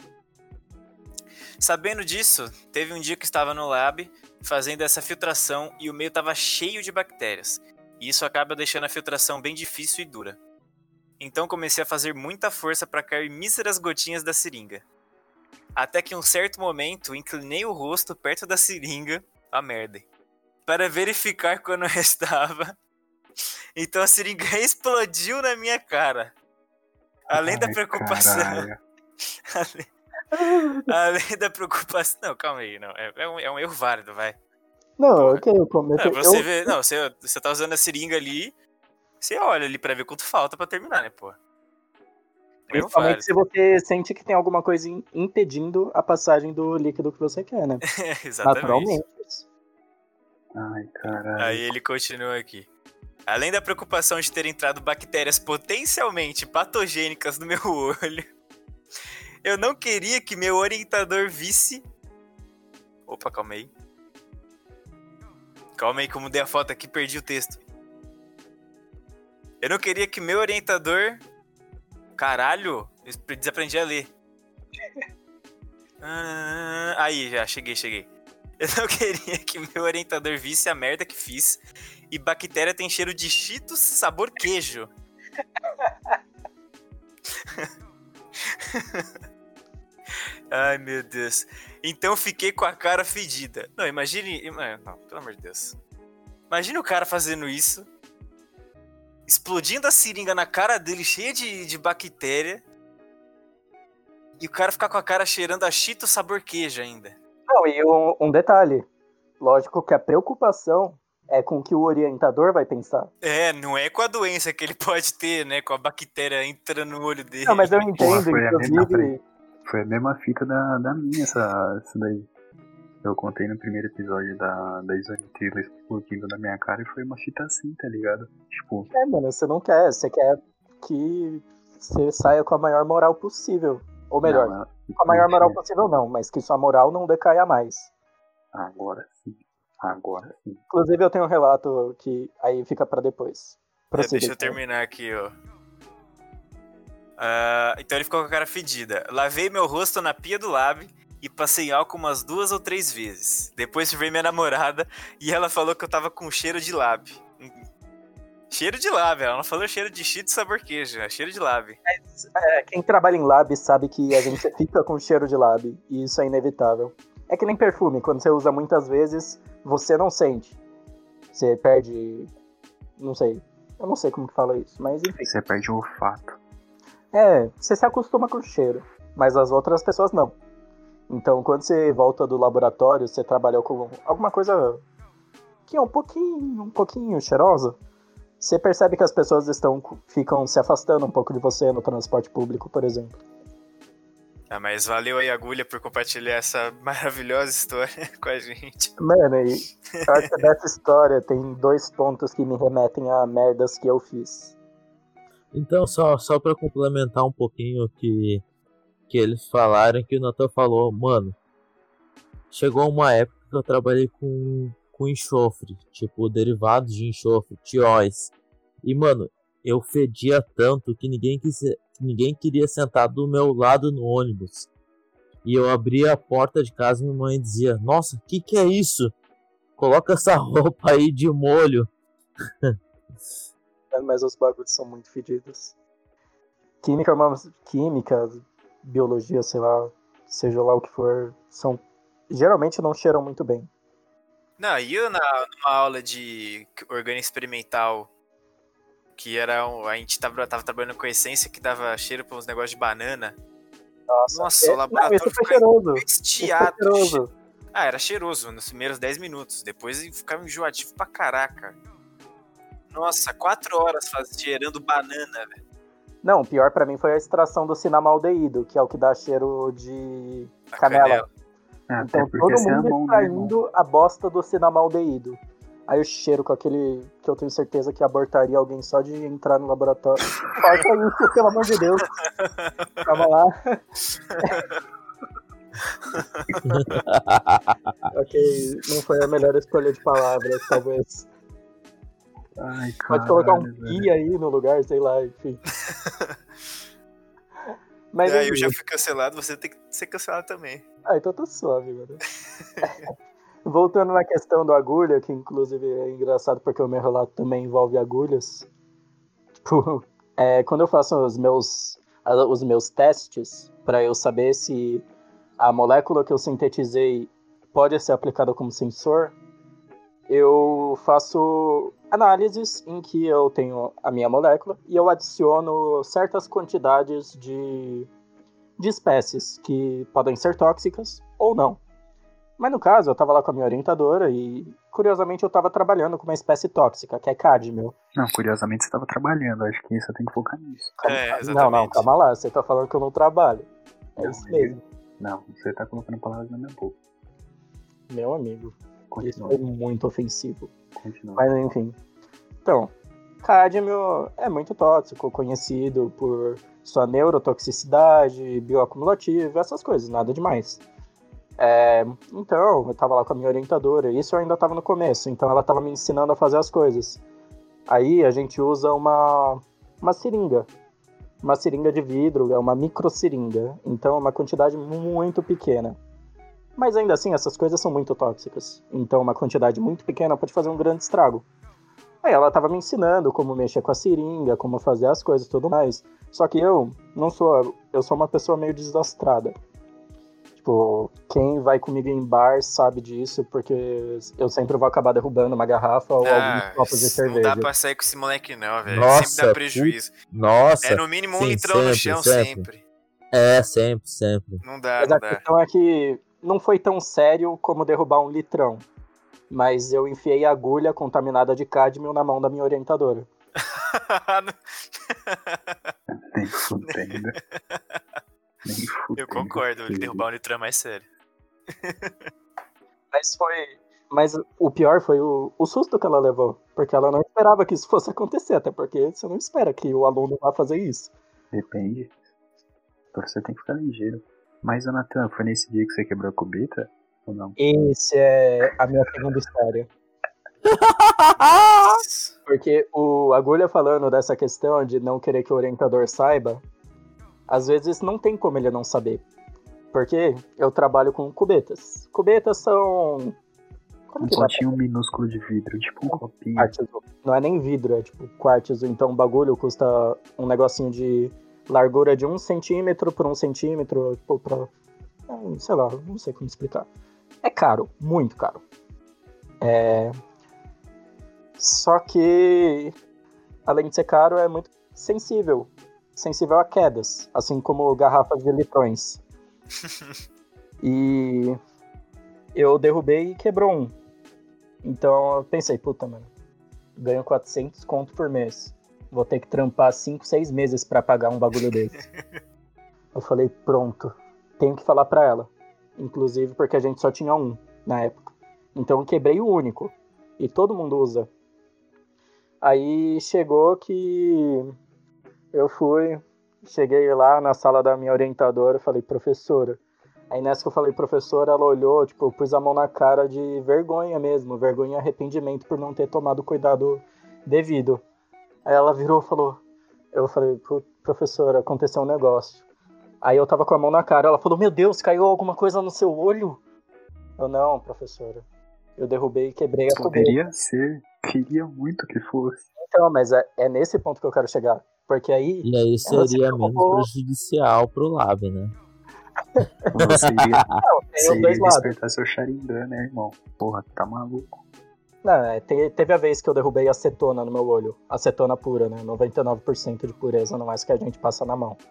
Speaker 4: Sabendo disso, teve um dia que estava no lab fazendo essa filtração e o meio estava cheio de bactérias. E isso acaba deixando a filtração bem difícil e dura. Então comecei a fazer muita força para cair míseras gotinhas da seringa. Até que em um certo momento inclinei o rosto perto da seringa, a merda, para verificar quando eu estava. Então a seringa explodiu na minha cara. Além da preocupação. Além da preocupação. Não, calma aí, não. É um erro válido, vai.
Speaker 1: Não, ok, eu cometo.
Speaker 4: Você vê. Não, você tá usando a seringa ali. Você olha ali pra ver quanto falta pra terminar, né, pô?
Speaker 1: Principalmente se você sente que tem alguma coisa impedindo a passagem do líquido que você quer, né?
Speaker 4: Exatamente.
Speaker 1: Naturalmente.
Speaker 2: Ai, caralho.
Speaker 4: Aí ele continua aqui. Além da preocupação de ter entrado bactérias potencialmente patogênicas no meu olho, eu não queria que meu orientador visse... Opa, calma aí. Calma aí que eu mudei a foto aqui e perdi o texto. Eu não queria que meu orientador... Caralho, eu desaprendi a ler. Aí, já, cheguei. Eu não queria que meu orientador visse a merda que fiz. E bactéria tem cheiro de Cheetos sabor queijo. Ai, meu Deus. Então fiquei com a cara fedida. Não, imagine... Não, pelo amor de Deus. Imagine o cara fazendo isso. Explodindo a seringa na cara dele, cheia de bactéria. E o cara ficar com a cara cheirando a Cheetos sabor queijo ainda.
Speaker 1: Não, e um detalhe. Lógico que a preocupação é com o que o orientador vai pensar.
Speaker 4: Não é com a doença que ele pode ter, né? Com a bactéria entrando no olho dele.
Speaker 1: Não, mas eu entendo, inclusive...
Speaker 2: Foi a mesma fita da minha, essa daí. Eu contei no primeiro episódio da Isonitrila explodindo na minha cara e foi uma fita assim, tá ligado? Tipo...
Speaker 1: mano, você não quer. Você quer que você saia com a maior moral possível. Ou melhor,
Speaker 2: não,
Speaker 1: com a maior moral possível não, mas que sua moral não decaia mais.
Speaker 2: Agora sim.
Speaker 1: Inclusive eu tenho um relato que aí fica pra depois.
Speaker 4: Deixa eu terminar aqui, ó. Então ele ficou com a cara fedida. Lavei meu rosto na pia do lab e passei álcool umas 2 ou 3 vezes. Depois veio minha namorada e ela falou que eu tava com cheiro de lab. Cheiro de lab, ela não falou cheiro de Cheetos sabor queijo, é cheiro de lab.
Speaker 1: Quem trabalha em lab sabe que a gente fica com cheiro de lab e isso é inevitável. É que nem perfume, quando você usa muitas vezes, você não sente. Você perde... Não sei. Eu não sei como que fala isso, mas enfim.
Speaker 2: Você perde o olfato.
Speaker 1: Você se acostuma com o cheiro, mas as outras pessoas não. Então, quando você volta do laboratório, você trabalhou com alguma coisa que é um pouquinho cheirosa, você percebe que as pessoas ficam se afastando um pouco de você no transporte público, por exemplo.
Speaker 4: Mas valeu aí, Agulha, por compartilhar essa maravilhosa história com a gente.
Speaker 1: Mano, e acho que dessa história tem 2 pontos que me remetem a merdas que eu fiz.
Speaker 3: Então, só pra complementar um pouquinho que eles falaram, que o Natan falou, mano, chegou uma época que eu trabalhei com enxofre, tipo, derivados de enxofre, tióis. E, mano, eu fedia tanto que ninguém queria sentar do meu lado no ônibus. E eu abria a porta de casa e minha mãe dizia, nossa, que é isso? Coloca essa roupa aí de molho.
Speaker 1: mano, mas os bagulhos são muito fedidos. Química, biologia, sei lá, seja lá o que for, geralmente não cheiram muito bem.
Speaker 4: Não, e eu numa aula de orgânica experimental, que era a gente tava trabalhando com essência que dava cheiro para uns negócios de banana. Nossa, o laboratório
Speaker 1: isso foi cheiroso.
Speaker 4: estiado.
Speaker 1: Isso foi cheiroso.
Speaker 4: Era cheiroso nos primeiros 10 minutos. Depois ficava enjoativo pra caraca. Nossa, 4 horas cheirando banana, velho.
Speaker 1: Não, o pior pra mim foi a extração do cinamaldeído, que é o que dá cheiro de canela. Então todo mundo extraindo a bosta do cinamaldeído. Aí o cheiro com aquele que eu tenho certeza que abortaria alguém só de entrar no laboratório. Corta isso, pelo amor de Deus. Calma lá. Ok, não foi a melhor escolha de palavras, talvez.
Speaker 2: Ai,
Speaker 1: pode colocar um pi aí no lugar, sei lá, enfim. Mas
Speaker 4: aí eu já fui cancelado, você tem que ser cancelado também.
Speaker 1: Ah, então tá suave, mano. Voltando na questão do agulha, que inclusive é engraçado porque o meu relato também envolve agulhas. Tipo, quando eu faço os meus testes para eu saber se a molécula que eu sintetizei pode ser aplicada como sensor, eu faço análises em que eu tenho a minha molécula e eu adiciono certas quantidades de espécies que podem ser tóxicas ou não. Mas no caso, eu estava lá com a minha orientadora e, curiosamente, eu estava trabalhando com uma espécie tóxica, que é cádmio.
Speaker 2: Não, curiosamente você estava trabalhando, acho que você tem que focar nisso.
Speaker 1: Não, calma lá, você tá falando que eu não trabalho. É isso mesmo.
Speaker 2: Não, você tá colocando palavras na minha boca.
Speaker 1: Meu amigo,
Speaker 2: Continua.
Speaker 1: Isso foi muito ofensivo.
Speaker 2: Continua.
Speaker 1: Mas enfim. Então, cádmio é muito tóxico, conhecido por sua neurotoxicidade, bioacumulativo, essas coisas, nada demais. Então, eu tava lá com a minha orientadora, isso eu ainda tava no começo, então ela tava me ensinando a fazer as coisas. Aí a gente usa uma seringa. Uma seringa de vidro, é uma microseringa, então é uma quantidade muito pequena. Mas ainda assim, essas coisas são muito tóxicas, então uma quantidade muito pequena pode fazer um grande estrago. Aí ela tava me ensinando como mexer com a seringa, como fazer as coisas e tudo mais. Só que eu sou uma pessoa meio desastrada. Tipo, quem vai comigo em bar sabe disso, porque eu sempre vou acabar derrubando uma garrafa ou alguns copos de cerveja.
Speaker 4: Não dá pra sair com esse moleque não, velho.
Speaker 3: Nossa,
Speaker 4: sempre dá prejuízo.
Speaker 3: Nossa.
Speaker 4: É no mínimo um litrão no chão, sempre.
Speaker 3: Sempre.
Speaker 4: Não dá,
Speaker 1: Mas
Speaker 4: não
Speaker 1: a
Speaker 4: dá.
Speaker 1: questão é que não foi tão sério como derrubar um litrão. Mas eu enfiei a agulha contaminada de cádmio na mão da minha orientadora.
Speaker 2: Nem fudendo.
Speaker 4: Eu concordo, ele derrubar um litrão é mais sério.
Speaker 1: Mas o pior foi o susto que ela levou. Porque ela não esperava que isso fosse acontecer. Até porque você não espera que o aluno vá fazer isso.
Speaker 2: Depende. Você tem que ficar ligeiro. Mas, Natan, foi nesse dia que você quebrou a cubeta? Ou não?
Speaker 1: Esse é a minha segunda história. Porque o Agulha falando dessa questão de não querer que o orientador saiba, às vezes não tem como ele não saber. Porque eu trabalho com cubetas. Cubetas são...
Speaker 2: Um potinho minúsculo de vidro, tipo um copinho.
Speaker 1: Quartzo. Não é nem vidro, é tipo quartzo. Então o bagulho custa um negocinho de largura de 1 centímetro por 1 centímetro, tipo, pra... sei lá, não sei como explicar. É caro, muito caro. Só que, além de ser caro, é muito sensível. Sensível a quedas, assim como garrafas de litrões. E eu derrubei e quebrou um. Então eu pensei, puta, mano, ganho 400 conto por mês. Vou ter que trampar 5, 6 meses pra pagar um bagulho desse. Eu falei, pronto, tenho que falar pra ela. Inclusive porque a gente só tinha um na época. Então eu quebrei o único. E todo mundo usa. Aí chegou que eu cheguei lá na sala da minha orientadora e falei, professora. Aí nessa que eu falei, professora, ela olhou, tipo, eu pus a mão na cara de vergonha mesmo. Vergonha e arrependimento por não ter tomado cuidado devido. Aí ela virou e falou, eu falei, professora, aconteceu um negócio. Aí eu tava com a mão na cara, ela falou, meu Deus, caiu alguma coisa no seu olho? Eu, não, professora. Eu derrubei e quebrei a cubeta.
Speaker 2: Poderia ser, queria muito que fosse.
Speaker 1: Então, mas é nesse ponto que eu quero chegar. Porque aí.
Speaker 3: E aí
Speaker 1: ela se
Speaker 3: seria menos
Speaker 1: preocupou.
Speaker 3: prejudicial pro Lab, né?
Speaker 2: Você iria,
Speaker 1: Não, tem
Speaker 2: você
Speaker 1: os dois
Speaker 2: iria
Speaker 1: lados.
Speaker 2: despertar seu Sharingan, né, irmão? Porra, tá maluco.
Speaker 1: Não, teve a vez que eu derrubei acetona no meu olho. Acetona pura, né? 99% de pureza no mais que a gente passa na mão.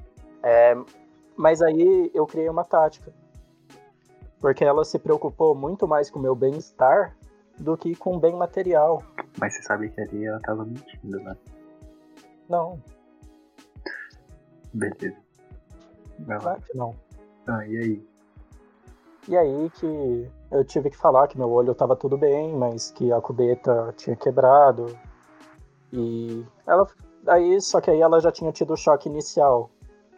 Speaker 1: Mas aí eu criei uma tática. Porque ela se preocupou muito mais com o meu bem-estar do que com o bem material.
Speaker 2: Mas você sabe que ali ela tava mentindo, né?
Speaker 1: Não,
Speaker 2: Beleza. Vai lá.
Speaker 1: claro que não.
Speaker 2: Ah, e aí?
Speaker 1: E aí que eu tive que falar que meu olho tava tudo bem, mas que a cubeta tinha quebrado. E ela. Só que aí ela já tinha tido o choque inicial.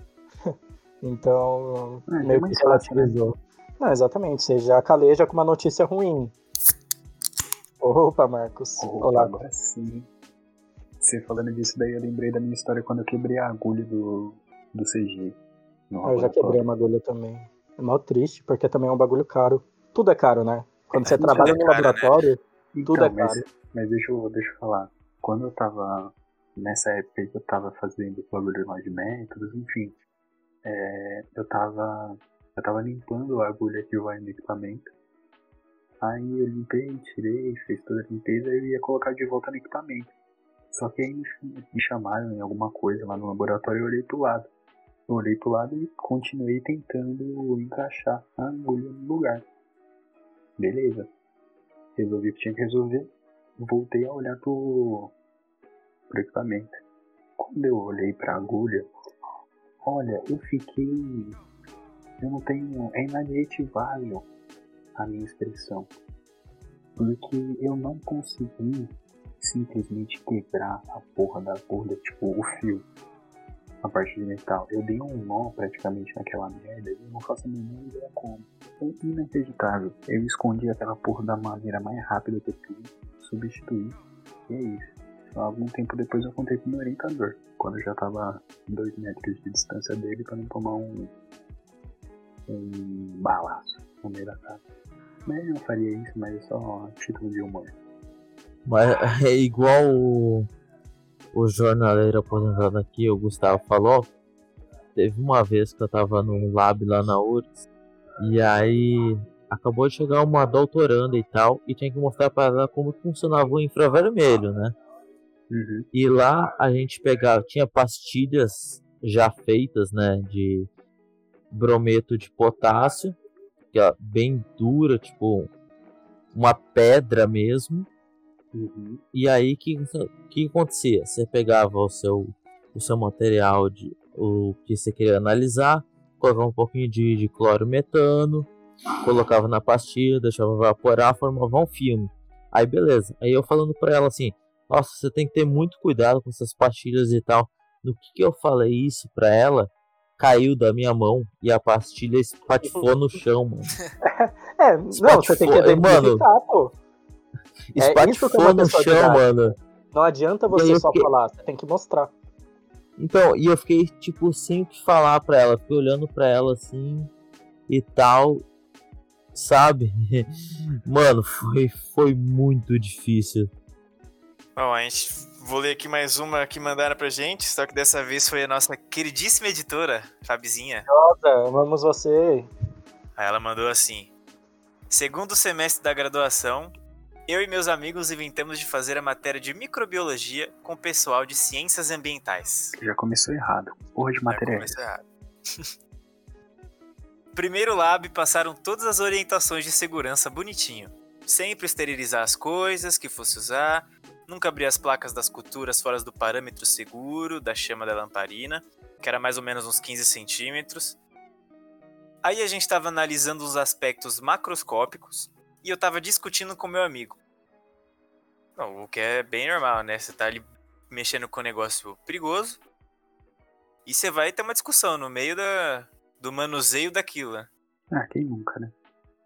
Speaker 1: Então, meio
Speaker 2: mais
Speaker 1: que relativizou. Não, exatamente, você já caleja com uma notícia ruim. Opa, Marcos.
Speaker 2: Opa,
Speaker 1: Olá.
Speaker 2: agora sim. Você falando disso daí, eu lembrei da minha história quando eu quebrei a agulha do CG.
Speaker 1: Eu já quebrei uma agulha também. É mal triste, porque também é um bagulho caro. Tudo é caro, né? Quando você trabalha no laboratório, tudo é caro.
Speaker 2: Mas deixa eu falar. Quando eu tava. Nessa época que eu tava fazendo bagulho lá de métodos, enfim. Eu tava limpando a agulha que vai no equipamento. Aí eu limpei, tirei, fiz toda a limpeza e eu ia colocar de volta no equipamento. Só que aí me chamaram em alguma coisa lá no laboratório e eu olhei pro lado. Eu olhei pro lado e continuei tentando encaixar a agulha no lugar. Beleza. Resolvi o que tinha que resolver. Voltei a olhar pro equipamento. Quando eu olhei pra agulha, olha, eu não tenho, é inadjetivável a minha expressão. Porque eu não consegui simplesmente quebrar a porra da agulha, tipo o fio, a parte de metal. Eu dei um nó praticamente naquela merda e eu não faço a menor ideia como. Foi inacreditável. Eu escondi aquela porra da maneira mais rápida que eu pude, substituí, e é isso. Algum tempo depois eu contei com o meu orientador, quando eu já tava 2 metros de distância dele pra não tomar um balaço no meio da casa. Mas eu não faria isso, mas é só título de humor.
Speaker 3: Mas é igual o jornaleiro aposentado aqui, o Gustavo, falou. Teve uma vez que eu tava num lab lá na URGS, e aí acabou de chegar uma doutoranda e tal, e tinha que mostrar pra ela como funcionava o infravermelho, né?
Speaker 2: Uhum.
Speaker 3: E lá a gente pegava, tinha pastilhas já feitas, né, de brometo de potássio, que é bem dura, tipo uma pedra mesmo.
Speaker 2: Uhum.
Speaker 3: E aí que acontecia? Você pegava o seu material, o que você queria analisar, colocava um pouquinho de clorometano, colocava na pastilha, deixava evaporar, formava um filme. Aí beleza, aí eu falando pra ela assim: nossa, você tem que ter muito cuidado com essas pastilhas e tal. No que eu falei isso pra ela, caiu da minha mão e a pastilha espatifou no chão, mano.
Speaker 1: Não, você tem que identificar, pô.
Speaker 3: Espatifou no chão, mano.
Speaker 1: Não adianta você só falar, você tem que mostrar.
Speaker 3: Então, e eu fiquei, tipo, sem o que falar pra ela. Fiquei olhando pra ela assim e tal, sabe? Mano, foi muito difícil.
Speaker 4: Bom, vou ler aqui mais uma que mandaram pra gente, só que dessa vez foi a nossa queridíssima editora, Fabizinha.
Speaker 1: Nossa, amamos você.
Speaker 4: Aí ela mandou assim: segundo semestre da graduação, eu e meus amigos inventamos de fazer a matéria de microbiologia com o pessoal de ciências ambientais.
Speaker 2: Já começou errado. Porra de matéria.
Speaker 4: Já começou errado. Primeiro lab, passaram todas as orientações de segurança bonitinho. Sempre esterilizar as coisas que fosse usar, nunca abrir as placas das culturas fora do parâmetro seguro da chama da lamparina, que era mais ou menos uns 15 centímetros. Aí a gente estava analisando os aspectos macroscópicos e eu estava discutindo com meu amigo. Bom, o que é bem normal, né? Você tá ali mexendo com um negócio perigoso e você vai ter uma discussão no meio do manuseio daquilo, né?
Speaker 2: Ah, quem nunca, né?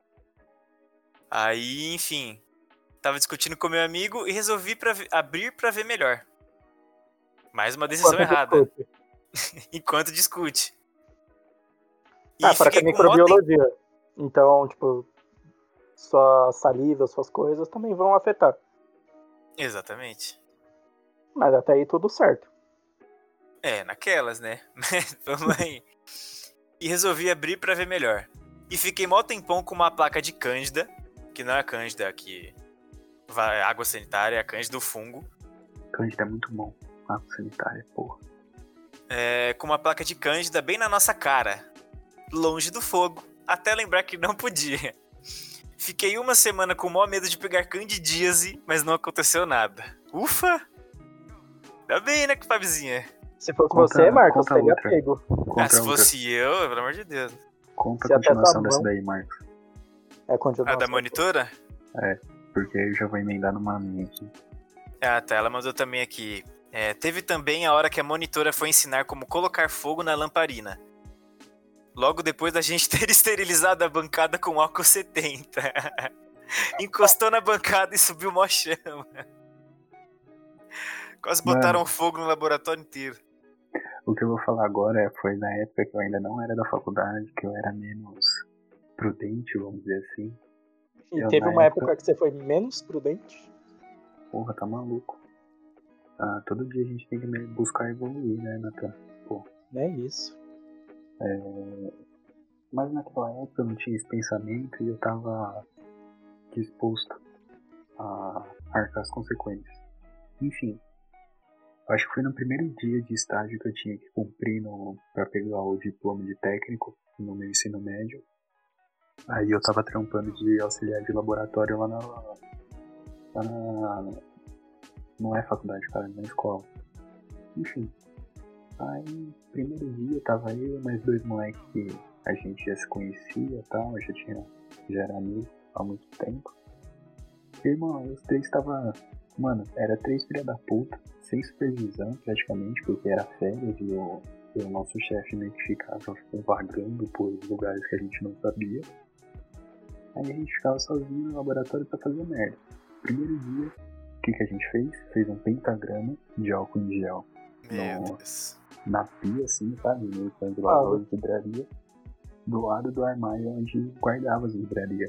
Speaker 4: Aí, enfim, tava discutindo com meu amigo e resolvi abrir pra ver melhor. Mais uma decisão errada. Enquanto discute.
Speaker 1: Para que é microbiologia. Então, tipo, sua saliva, suas coisas também vão afetar.
Speaker 4: Exatamente.
Speaker 1: Mas até aí tudo certo.
Speaker 4: Naquelas, né? Vamos aí. E resolvi abrir pra ver melhor. E fiquei mó tempão com uma placa de cândida, que não é a cândida que vai água sanitária, é a cândida do fungo.
Speaker 2: Cândida é muito bom. Água sanitária, porra.
Speaker 4: Com uma placa de cândida bem na nossa cara, longe do fogo, até lembrar que não podia. Fiquei uma semana com o maior medo de pegar candidíase, mas não aconteceu nada. Ufa! Ainda bem, né, Fabzinha?
Speaker 1: Se fosse você, Marcos, teria
Speaker 2: outra.
Speaker 1: pego.
Speaker 4: Se fosse eu, pelo amor de Deus.
Speaker 2: Conta
Speaker 1: Se
Speaker 2: a
Speaker 1: até
Speaker 2: continuação
Speaker 1: tá
Speaker 2: dessa
Speaker 1: bom.
Speaker 2: daí, Marcos.
Speaker 1: É a continuação.
Speaker 4: A da monitora?
Speaker 2: Porque aí eu já vou emendar numa minha aqui.
Speaker 4: Tá, ela mandou também aqui. Teve também a hora que a monitora foi ensinar como colocar fogo na lamparina. Logo depois da gente ter esterilizado a bancada com álcool 70. Encostou na bancada e subiu mó chama. Quase botaram fogo no laboratório inteiro.
Speaker 2: O que eu vou falar agora foi na época que eu ainda não era da faculdade, que eu era menos prudente, vamos dizer assim.
Speaker 1: E teve uma época que você foi menos prudente?
Speaker 2: Porra, tá maluco. Todo dia a gente tem que buscar evoluir, né, Nathan? Pô.
Speaker 1: É isso.
Speaker 2: Mas naquela época eu não tinha esse pensamento e eu tava disposto a arcar as consequências. Enfim, acho que foi no primeiro dia de estágio que eu tinha que cumprir pra pegar o diploma de técnico no meu ensino médio. Aí eu tava trampando de auxiliar de laboratório lá não é faculdade, cara, é na escola. Enfim. Aí, primeiro dia, tava eu e mais 2 moleques que a gente já se conhecia e tal, já era amigo há muito tempo. E, irmão, os 3 tava... Mano, era 3 filha da puta, sem supervisão praticamente, porque era férias e o nosso chefe meio que ficava vagando por lugares que a gente não sabia. Aí a gente ficava sozinho no laboratório pra fazer merda. Primeiro dia, o que a gente fez? Fez um pentagrama de álcool em gel na pia, assim, sabe? No canto do lado da vidraria, do lado do armário onde guardava as livrarias.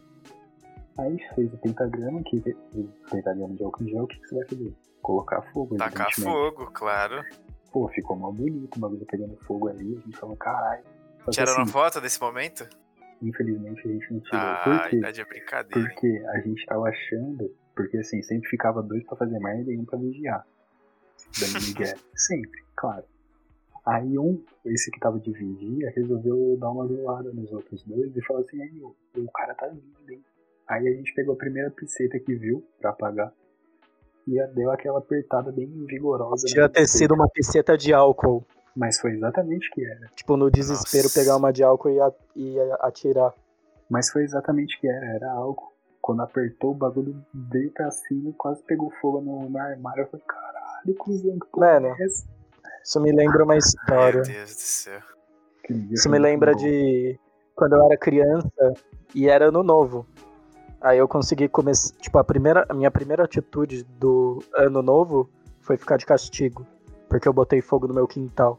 Speaker 2: Aí fez o pentagrama de álcool em gel, o que você vai fazer? Colocar fogo,
Speaker 4: tacar fogo, claro.
Speaker 2: Pô, ficou mal bonito, o bagulho pegando fogo ali, a gente falou, caralho.
Speaker 4: Tiraram uma foto desse momento?
Speaker 2: Infelizmente a gente não tirou. Por quê?
Speaker 4: Idade é brincadeira.
Speaker 2: Porque a gente tava achando, porque assim, sempre ficava 2 pra fazer merda e 1 pra vigiar. Dando migué. Sempre, claro. Aí esse que tava de vigia, resolveu dar uma zoada nos outros 2 e falou assim, aí, o cara tá vindo, hein? Aí a gente pegou a primeira pisceta que viu pra apagar e deu aquela apertada bem vigorosa.
Speaker 1: Tinha ter sido uma pisceta de álcool.
Speaker 2: Mas foi exatamente o que era.
Speaker 1: Tipo, no desespero, pegar uma de álcool e atirar.
Speaker 2: Mas foi exatamente o que era álcool. Quando apertou, o bagulho veio pra cima e quase pegou fogo no armário. Eu falei, caralho, cuzão, que porra é essa?
Speaker 1: Isso me lembra uma história.
Speaker 4: Meu Deus do céu.
Speaker 1: Isso me lembra de quando eu era criança e era ano novo. Aí eu consegui começar, tipo, a minha primeira atitude do ano novo foi ficar de castigo, porque eu botei fogo no meu quintal.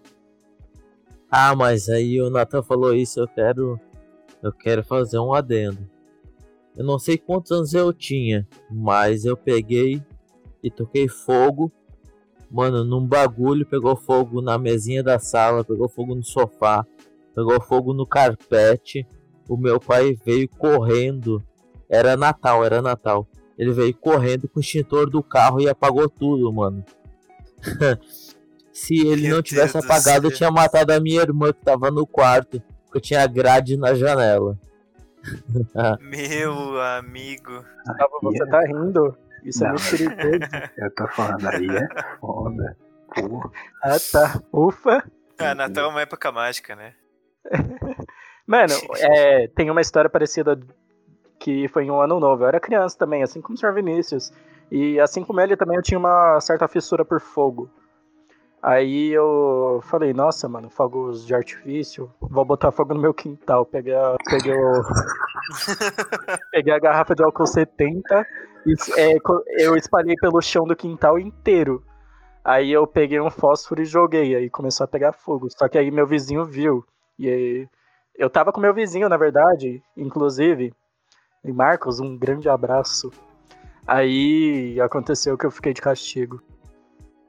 Speaker 3: Mas aí o Nathan falou isso, eu quero fazer um adendo. Eu não sei quantos anos eu tinha, mas eu peguei e toquei fogo, mano, num bagulho, pegou fogo na mesinha da sala, pegou fogo no sofá, pegou fogo no carpete. O meu pai veio correndo. Era Natal. Ele veio correndo com o extintor do carro e apagou tudo, mano. Se ele não tivesse apagado, eu tinha matado a minha irmã que tava no quarto, porque eu tinha grade na janela.
Speaker 4: Meu amigo.
Speaker 1: Você tá rindo? Isso é muito perigoso.
Speaker 2: Eu tô falando aí, é foda. Porra.
Speaker 1: Tá. Ufa.
Speaker 4: Natal é uma época mágica, né?
Speaker 1: Mano, tem uma história parecida que foi em um ano novo. Eu era criança também, assim como o Sr. Vinícius. E assim como ele também, eu tinha uma certa fissura por fogo. Aí eu falei, nossa, mano, fogos de artifício, vou botar fogo no meu quintal. Peguei a garrafa de álcool 70 e eu espalhei pelo chão do quintal inteiro. Aí eu peguei um fósforo e joguei, aí começou a pegar fogo. Só que aí meu vizinho viu. E aí, eu tava com meu vizinho, na verdade, inclusive. E Marcos, um grande abraço. Aí aconteceu que eu fiquei de castigo.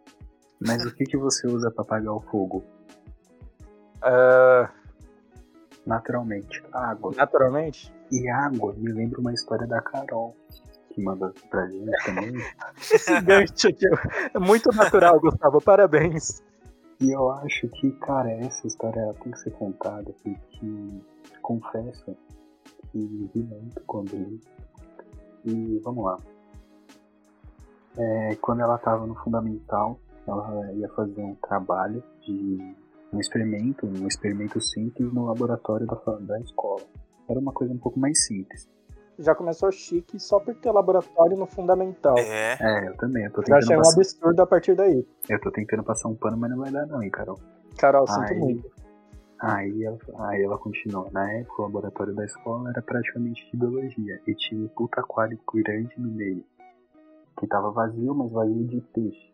Speaker 2: Mas o que você usa pra apagar o fogo? Naturalmente, água.
Speaker 1: Naturalmente?
Speaker 2: E água me lembra uma história da Carol, que manda pra gente também.
Speaker 1: Esse gancho aqui é muito natural, Gustavo. Parabéns.
Speaker 2: E eu acho que, cara, essa história ela tem que ser contada, porque confesso que ri muito quando li. E vamos lá. Quando ela tava no fundamental, ela ia fazer um trabalho de um experimento simples no laboratório da escola. Era uma coisa um pouco mais simples.
Speaker 1: Já começou chique só por ter laboratório no fundamental.
Speaker 2: Eu também. Eu tô
Speaker 1: Já achei um absurdo a partir daí.
Speaker 2: Eu tô tentando passar um pano, mas não vai dar não, hein, Carol.
Speaker 1: Carol, sinto muito.
Speaker 2: Aí ela continua. Na época, o laboratório da escola era praticamente de biologia. E tinha um puta aquário grande no meio. Que tava vazio, mas vazio de peixe.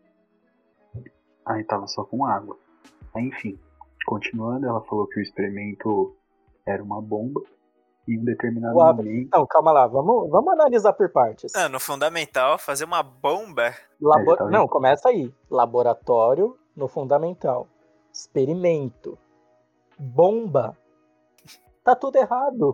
Speaker 2: Aí tava só com água. Aí, enfim, continuando, ela falou que o experimento era uma bomba. Em um determinado momento...
Speaker 1: Não, calma lá, vamos analisar por partes.
Speaker 4: No fundamental, fazer uma bomba...
Speaker 1: Não, começa aí. Laboratório no fundamental. Experimento. Bomba. Tá tudo errado.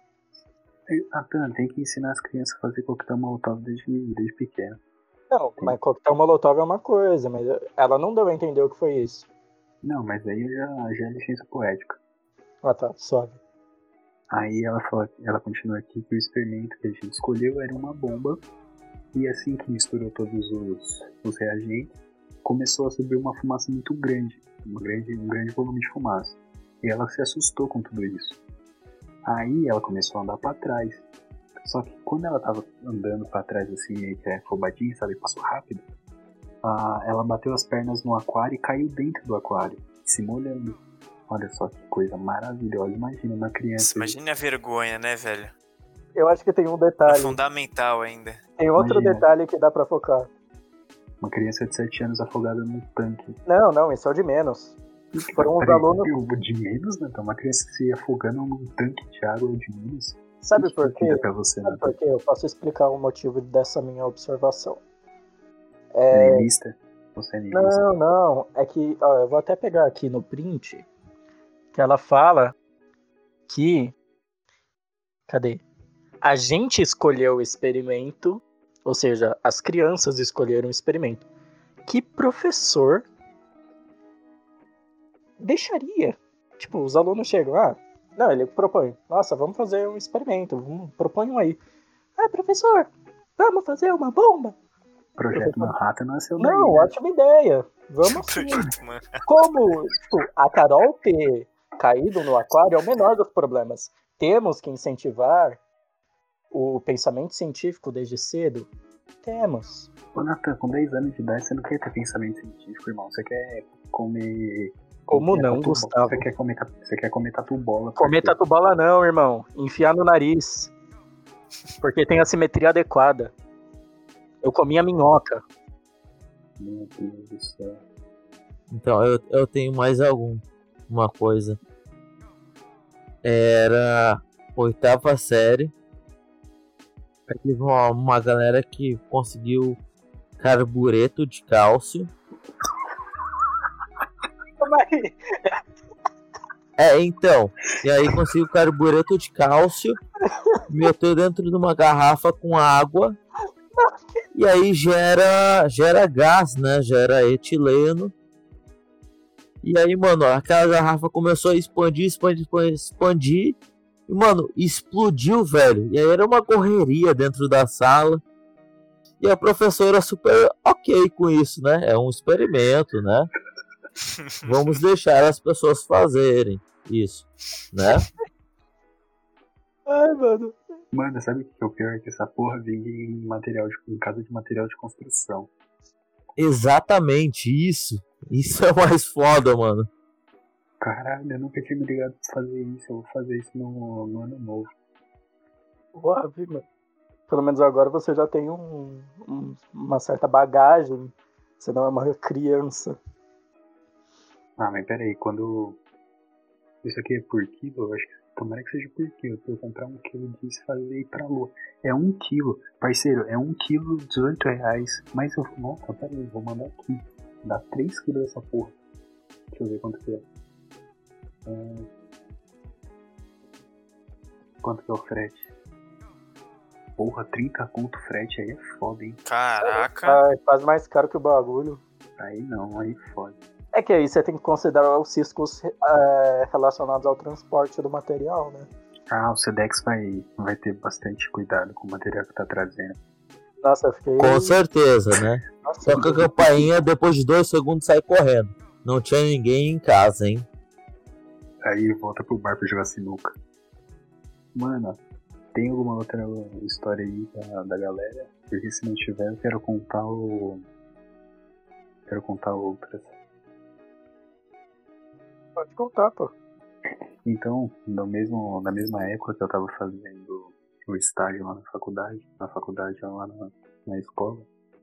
Speaker 2: Tem que ensinar as crianças a fazer coquetel molotov desde pequeno.
Speaker 1: Não, mas coquetel molotov é uma coisa, mas ela não deu a entender o que foi isso.
Speaker 2: Não, mas aí já é licença poética.
Speaker 1: Tá, suave.
Speaker 2: Aí ela continua aqui que o experimento que a gente escolheu era uma bomba. E assim que misturou todos os reagentes, começou a subir uma fumaça muito grande. Um grande volume de fumaça. E ela se assustou com tudo isso. Aí ela começou a andar pra trás. Só que quando ela tava andando pra trás assim, meio que afobadinha, sabe, passou rápido, ela bateu as pernas no aquário e caiu dentro do aquário, se molhando. Olha só que coisa maravilhosa. Imagina uma criança...
Speaker 4: Imagina a vergonha, né, velho?
Speaker 1: Eu acho que tem um detalhe.
Speaker 4: É fundamental ainda.
Speaker 1: Tem outro detalhe que dá pra focar.
Speaker 2: Uma criança de 7 anos afogada num tanque.
Speaker 1: Não, isso é o de menos. Foram os alunos...
Speaker 2: De menos, né? Uma criança se afogando num tanque de água de menos.
Speaker 1: Sabe por quê?
Speaker 2: Sabe
Speaker 1: por quê? Eu posso explicar o motivo dessa minha observação.
Speaker 2: Niilista? Você é niilista?
Speaker 1: Não. É que, eu vou até pegar aqui no print, que ela fala que... Cadê? A gente escolheu o experimento, ou seja, as crianças escolheram o experimento. Que professor deixaria? Tipo, os alunos chegam, não, ele propõe, nossa, vamos fazer um experimento, proponham aí. Professor, vamos fazer uma bomba?
Speaker 2: Projeto Manhattan não é seu
Speaker 1: Não, ótima ideia. Vamos sim. Como a Carol ter caído no aquário é o menor dos problemas. Temos que incentivar o pensamento científico desde cedo? Temos.
Speaker 2: Ô, Nathan, com 10 anos de idade, você não quer ter pensamento científico, irmão. Você quer comer...
Speaker 1: Como não, Gustavo?
Speaker 2: Você quer comer tatu-bola.
Speaker 1: Comer tatu-bola não, irmão. Enfiar no nariz. Porque tem a simetria adequada. Eu comi a minhoca.
Speaker 2: Meu Deus do céu.
Speaker 3: Então, eu tenho mais uma coisa. Era 8ª série. Aí teve uma galera que conseguiu carbureto de cálcio. Então. E aí conseguiu carbureto de cálcio, meteu dentro de uma garrafa com água. E aí gera gás, né? Gera etileno. E aí, mano, aquela garrafa começou a expandir. E, mano, explodiu, velho. E aí era uma correria dentro da sala. E a professora super ok com isso, né? É um experimento, né? Vamos deixar as pessoas fazerem isso, né?
Speaker 1: Ai, mano.
Speaker 2: Mano, sabe o que é o pior? Que essa porra vende em casa de material de construção.
Speaker 3: Exatamente, isso. Isso é mais foda, mano.
Speaker 2: Caralho, eu nunca tinha me ligado pra fazer isso. Eu vou fazer isso no ano novo.
Speaker 1: Suave, mano. Pelo menos agora você já tem uma certa bagagem. Você não é uma criança.
Speaker 2: Mas peraí, quando... Isso aqui é por quilo? Eu acho que tomara que seja por quilo. Se eu comprar 1 quilo disso, fazer ir pra lua. É 1 quilo. Parceiro, é 1 quilo, R$18. Mas eu... Nossa, peraí, vou mandar aqui. Dá 3 kg essa porra. Deixa eu ver quanto que é. Quanto que é o frete? Porra, 30 conto frete aí é foda, hein?
Speaker 4: Caraca.
Speaker 1: É quase mais caro que o bagulho.
Speaker 2: Aí não, aí foda.
Speaker 1: É que aí você tem que considerar os riscos relacionados ao transporte do material, né?
Speaker 2: Ah, o Sedex vai ter bastante cuidado com o material que tá trazendo.
Speaker 1: Nossa, eu fiquei...
Speaker 3: Com certeza, né?
Speaker 1: Nossa,
Speaker 3: Só que a campainha, depois de 2 segundos, sai correndo. Não tinha ninguém em casa, hein?
Speaker 2: Aí volta pro bar pra jogar sinuca. Mano, tem alguma outra história aí da galera? Porque se não tiver, eu quero contar outras.
Speaker 1: Pode contar, pô.
Speaker 2: Então, na mesma época que eu tava fazendo o estágio lá na faculdade lá na escola,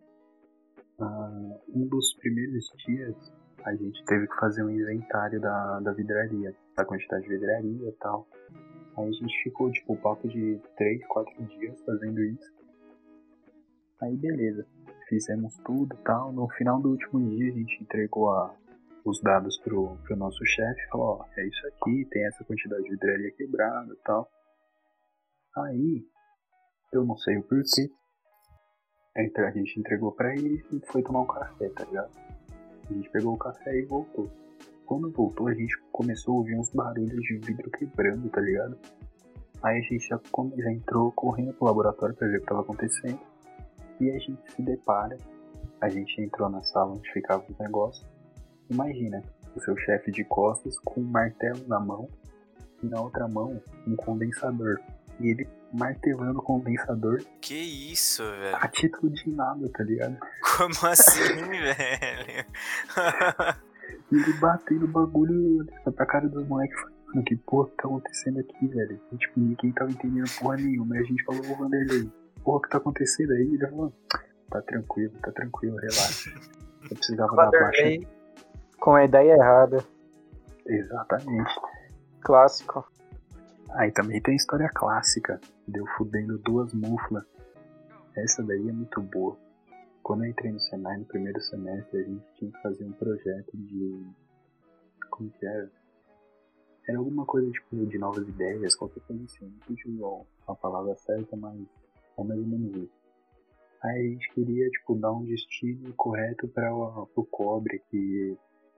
Speaker 2: um dos primeiros dias a gente teve que fazer um inventário da vidraria, da quantidade de vidraria e tal. Aí a gente ficou, tipo, papo de 3, 4 dias fazendo isso. Aí beleza, fizemos tudo e tal. No final do último dia a gente entregou os dados pro nosso chefe. Falou, ó, é isso aqui, tem essa quantidade de vidraria quebrada e tal. Aí, eu não sei o porquê, a gente entregou pra ele e foi tomar um café, tá ligado? A gente pegou o café e voltou. Quando voltou, a gente começou a ouvir uns barulhos de vidro quebrando, tá ligado? Aí a gente já entrou correndo pro laboratório pra ver o que tava acontecendo. E a gente se depara, a gente entrou na sala onde ficavam os negócios. Imagina, o seu chefe de costas com um martelo na mão e na outra mão um condensador. E ele martelando o condensador.
Speaker 4: Que isso, velho?
Speaker 2: A título de nada, tá ligado?
Speaker 4: Como assim, velho?
Speaker 2: E ele batendo o bagulho pra cara dos moleques, falando que porra que tá acontecendo aqui, velho. E, tipo, ninguém tava entendendo porra nenhuma. Aí a gente falou, ô Vanderlei, porra, o que tá acontecendo aí? Ele falou, tá tranquilo, relaxa. Eu precisava da baixa.
Speaker 1: Com a ideia errada.
Speaker 2: Exatamente.
Speaker 1: Clássico.
Speaker 2: Aí também tem a história clássica, deu fudendo 2 muflas. Essa daí é muito boa. Quando eu entrei no Senai no primeiro semestre, a gente tinha que fazer um projeto de... Como que era? Era alguma coisa tipo de novas ideias, qualquer coisa assim. Não tinha a palavra certa, mas é mais ou menos isso. Aí a gente queria tipo dar um destino correto para o cobre que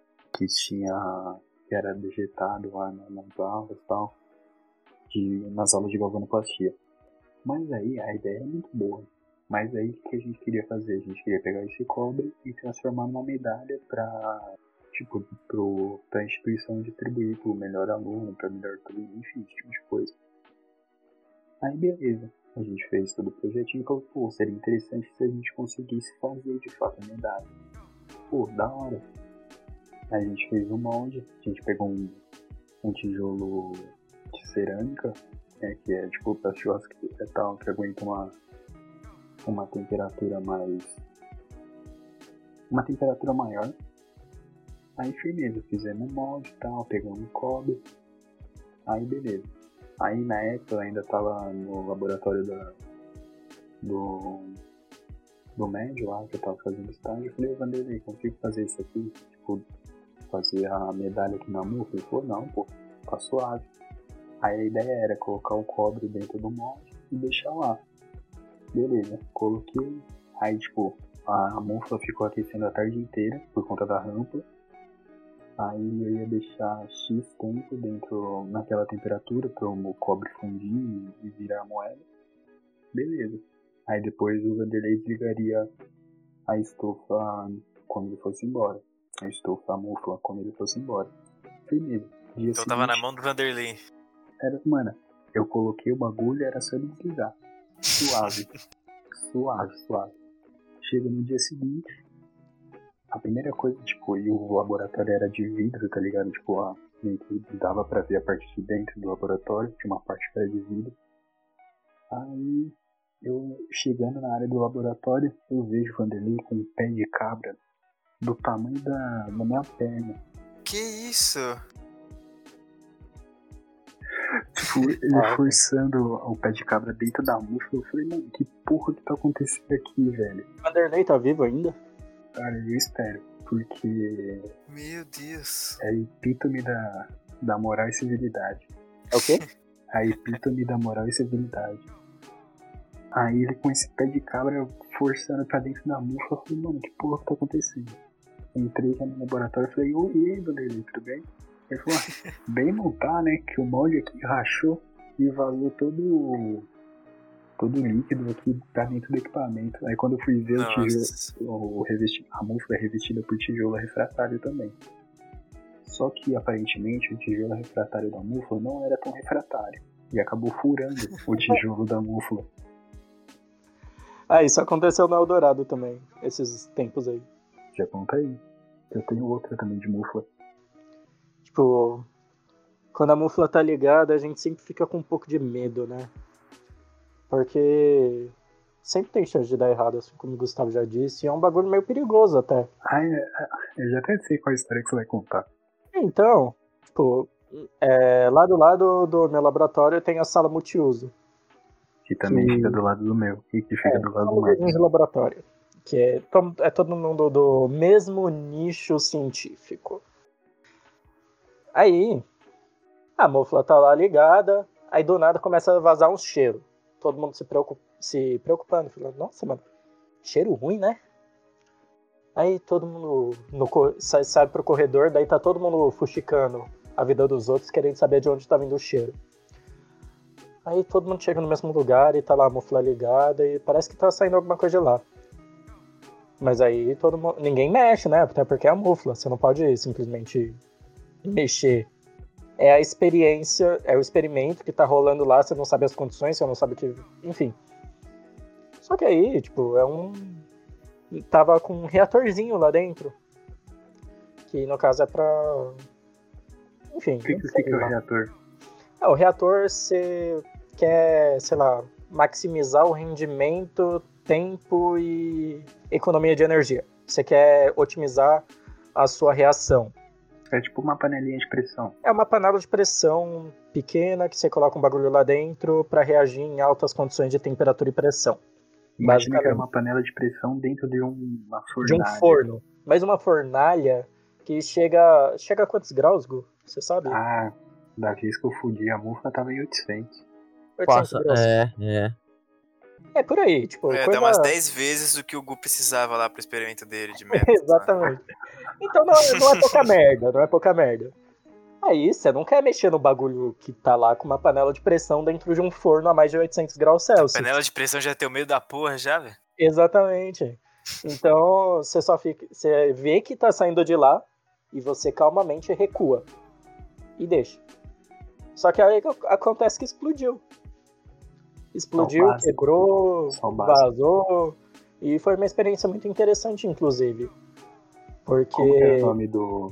Speaker 2: era dejetado lá nas aulas e tal. Nas aulas de galvanoplastia. Mas aí a ideia é muito boa. Mas aí o que a gente queria fazer? A gente queria pegar esse cobre e transformar numa medalha pra instituição distribuir pro melhor aluno, pra melhor tudo, enfim, esse tipo de coisa. Aí beleza. A gente fez todo o projetinho e falou, pô, seria interessante se a gente conseguisse fazer de fato a medalha. Pô, da hora. Aí a gente fez um molde, a gente pegou um tijolo de cerâmica, que é tipo pra churrasqueira e tal, que aguenta uma temperatura maior. Aí firmeza, fizemos um molde e tal, pegamos cobre, aí beleza. Aí na época eu ainda tava no laboratório do médio lá, que eu tava fazendo estágio, eu falei, Vanderlei, consigo fazer isso aqui? Tipo, fazer a medalha aqui na mufa? Ele falou, não, pô, tá suave. Aí a ideia era colocar o cobre dentro do molde e deixar lá. Beleza, coloquei. Aí tipo, a mufa ficou aquecendo a tarde inteira por conta da rampa. Aí eu ia deixar X tempo dentro naquela temperatura para o cobre fundir e virar a moeda. Beleza. Aí depois o Vanderlei desligaria a estufa quando ele fosse embora. A mufa quando ele fosse embora. Firmeza.
Speaker 4: Então tava na mão do Vanderlei.
Speaker 2: Mano, eu coloquei o bagulho, era só ele desligar. Suave. Chega no dia seguinte, a primeira coisa, tipo, e o laboratório era de vidro, tá ligado? Tipo, dava pra ver a parte de dentro do laboratório, tinha uma parte que era de vidro. Aí, eu chegando na área do laboratório, eu vejo o Vanderlei com um pé de cabra do tamanho da minha perna.
Speaker 4: Que isso?
Speaker 2: Tipo, ele forçando o pé de cabra dentro da mufa. Eu falei, mano, que porra que tá acontecendo aqui, velho?
Speaker 1: O Vanderlei tá vivo ainda?
Speaker 2: Cara, eu espero. porque
Speaker 4: Meu Deus.
Speaker 2: é a epítome da moral e civilidade.
Speaker 1: É o quê?
Speaker 2: A epítome da moral e civilidade. Aí ele com esse pé de cabra forçando pra dentro da mufla, eu falei, mano, que porra que tá acontecendo? Entrei já no laboratório e falei, e aí, Vanderlei, tudo bem? Ele falou, bem não tá, né, que o molde aqui rachou e vazou todo o líquido aqui pra dentro do equipamento. Aí quando eu fui ver a mufla é revestida por tijolo refratário também. Só que aparentemente o tijolo refratário da mufla não era tão refratário e acabou furando o tijolo da mufla.
Speaker 1: Isso aconteceu no Eldorado também, esses tempos aí.
Speaker 2: Já conta aí. Eu tenho outra também de mufla.
Speaker 1: Tipo, quando a mufla tá ligada, a gente sempre fica com um pouco de medo, né? Porque sempre tem chance de dar errado, assim como o Gustavo já disse, e é um bagulho meio perigoso até.
Speaker 2: Eu já até sei qual a história que você vai contar.
Speaker 1: Então, tipo, lá do lado do meu laboratório tem a sala multiuso.
Speaker 2: Que também fica do lado do meu. E que fica do lado do meu.
Speaker 1: De laboratório. Que é todo mundo do mesmo nicho científico. Aí, a mufla tá lá ligada, aí do nada começa a vazar um cheiro. Todo mundo se preocupando. Falando, nossa, mano, cheiro ruim, né? Aí todo mundo sai pro corredor, daí tá todo mundo fuxicando a vida dos outros, querendo saber de onde tá vindo o cheiro. Aí todo mundo chega no mesmo lugar e tá lá a mufla ligada e parece que tá saindo alguma coisa de lá. Mas aí ninguém mexe, né? Até porque é a mufla, você não pode simplesmente mexer. É a experiência, é o experimento que tá rolando lá, você não sabe as condições, você não sabe o que... Enfim. Só que aí, tipo, tava com um reatorzinho lá dentro. Que no caso é pra... Enfim.
Speaker 2: O que é o reator?
Speaker 1: O reator você quer, sei lá, maximizar o rendimento, tempo e economia de energia. Você quer otimizar a sua reação.
Speaker 2: É tipo uma panelinha de pressão.
Speaker 1: É uma panela de pressão pequena que você coloca um bagulho lá dentro para reagir em altas condições de temperatura e pressão.
Speaker 2: Imagina que é uma panela de pressão dentro de uma fornalha.
Speaker 1: De um forno. Mas uma fornalha que chega a quantos graus, Gu? Você sabe?
Speaker 2: Da vez que eu fudi a mufla tava em 800.
Speaker 1: 800 graus. É por aí, tipo...
Speaker 4: Dá umas 10 vezes o que o Gu precisava lá pro experimento dele de método.
Speaker 1: Exatamente. Então não é pouca merda, Aí você não quer mexer no bagulho que tá lá com uma panela de pressão dentro de um forno a mais de 800 graus Celsius.
Speaker 4: A panela de pressão já tem o medo da porra já, velho?
Speaker 1: Exatamente. Então você vê que tá saindo de lá e você calmamente recua. E deixa. Só que aí acontece que explodiu. Quebrou, vazou. E foi uma experiência muito interessante, inclusive. Porque...
Speaker 2: Como que é o nome do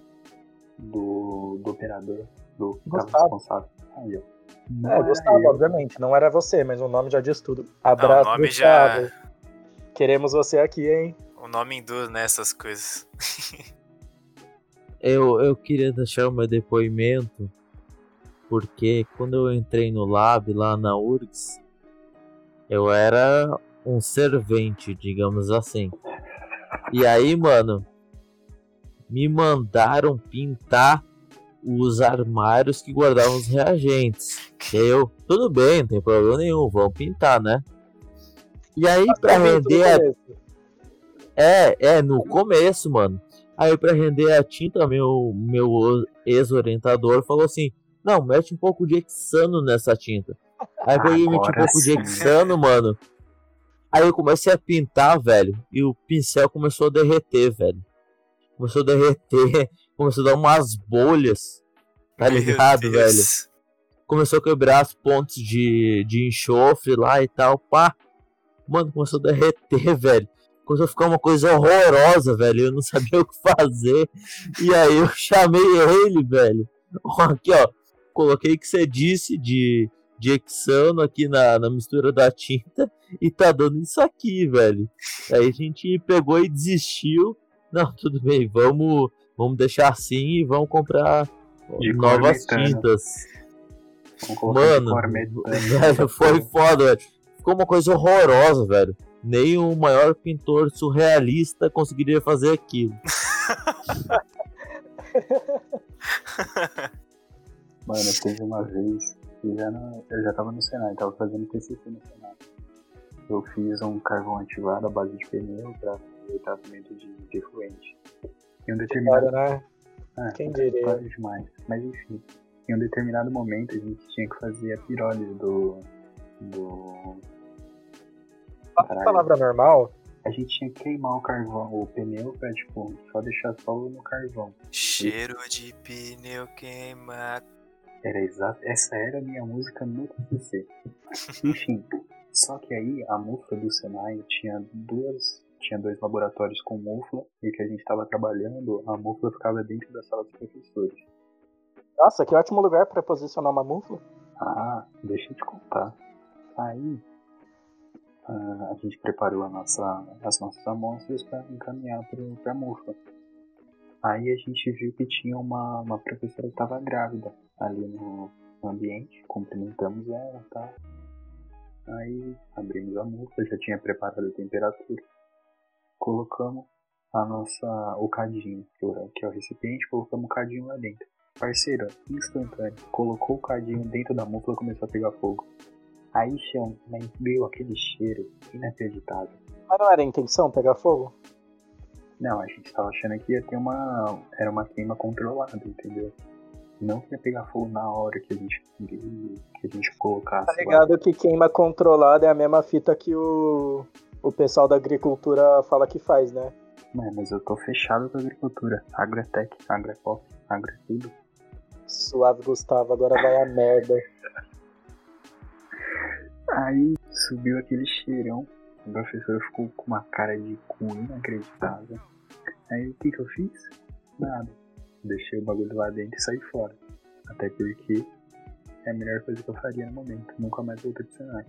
Speaker 2: operador? Do
Speaker 1: Gustavo.
Speaker 2: Responsável? Aí,
Speaker 1: Gustavo, obviamente. Não era você, mas o nome já diz tudo. Abraço, Gustavo. Queremos você aqui, hein?
Speaker 4: O nome induz nessas coisas.
Speaker 3: Eu queria deixar o meu depoimento, porque quando eu entrei no lab lá na URGS, eu era um servente, digamos assim. E aí, mano, me mandaram pintar os armários que guardavam os reagentes. E tudo bem, não tem problema nenhum, vamos pintar, né? E aí, pra render... no começo, mano. Aí, pra render a tinta, meu ex-orientador falou assim, não, mete um pouco de hexano nessa tinta. Aí eu peguei e meti um pouco de hexano, mano. Aí eu comecei a pintar, velho, e o pincel começou a derreter, velho. Começou a dar umas bolhas, tá ligado, velho? Começou a quebrar as pontes de enxofre lá e tal, pá. Mano, começou a derreter, velho. Começou a ficar uma coisa horrorosa, velho. Eu não sabia o que fazer. E aí eu chamei ele, velho. Aqui, ó. Coloquei o que você disse de hexano aqui na mistura da tinta. E tá dando isso aqui, velho. Aí a gente pegou e desistiu. Não, tudo bem. Vamos deixar assim e vamos comprar novas tintas. Mano, velho, foi foda, velho. Ficou uma coisa horrorosa, velho. Nem o maior pintor surrealista conseguiria fazer aquilo.
Speaker 2: Mano, teve uma vez, eu já tava no Senai, tava fazendo TCC no Senai. Eu fiz um carvão ativado à base de pneu para o tratamento de efluente. Em um determinado...
Speaker 1: Claro, né? Quem diria?
Speaker 2: Claro demais. Mas enfim, em um determinado momento a gente tinha que fazer a pirólise do...
Speaker 1: A palavra normal?
Speaker 2: A gente tinha que queimar o carvão, o pneu, pra, tipo, só deixar só no carvão.
Speaker 4: Cheiro de pneu queimado.
Speaker 2: Era exato, essa era a minha música no TCC. Enfim, só que aí a mufla do Senai tinha dois laboratórios com mufla, e que a gente tava trabalhando, a mufla ficava dentro da sala dos professores.
Speaker 1: Nossa, que ótimo lugar pra posicionar uma mufla.
Speaker 2: Ah, deixa eu te contar. Aí a gente preparou as nossas amostras para encaminhar para a mufla. Aí a gente viu que tinha uma professora que estava grávida ali no ambiente, cumprimentamos ela, tá? Aí abrimos a mufla, já tinha preparado a temperatura, colocamos o cadinho, que é o recipiente, colocamos o cadinho lá dentro. Parceiro, instantâneo, colocou o cadinho dentro da mufla e começou a pegar fogo. Aí, chão, mas deu aquele cheiro inacreditável.
Speaker 1: Mas não era a intenção pegar fogo?
Speaker 2: Não, a gente tava achando que ia ter era uma queima controlada, entendeu? Não que ia pegar fogo na hora que a gente colocasse.
Speaker 1: Tá ligado que queima controlada é a mesma fita que o pessoal da agricultura fala que faz, né?
Speaker 2: Mas eu tô fechado com a agricultura. Agratec, Agrapop, Agra tudo.
Speaker 1: Suave, Gustavo, agora vai a merda.
Speaker 2: Aí subiu aquele cheirão. A professora ficou com uma cara de cu inacreditável. Aí o que eu fiz? Nada. Deixei o bagulho lá dentro e saí fora. Até porque é a melhor coisa que eu faria no momento. Nunca mais voltei pro Senai.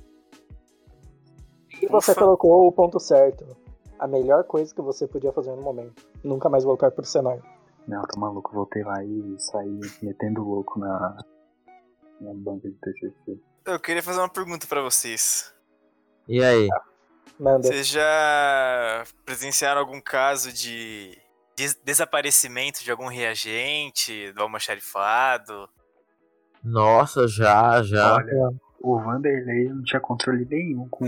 Speaker 1: E você colocou o ponto certo. A melhor coisa que você podia fazer no momento. Nunca mais voltar pro Senai.
Speaker 2: Não, tô maluco. Voltei lá e saí metendo louco na banca de TCC.
Speaker 4: Eu queria fazer uma pergunta pra vocês.
Speaker 3: E aí?
Speaker 1: Manda.
Speaker 4: Vocês já presenciaram algum caso de desaparecimento de algum reagente, do almoxarifado?
Speaker 3: Nossa, já.
Speaker 2: Olha, o Vanderlei não tinha controle nenhum com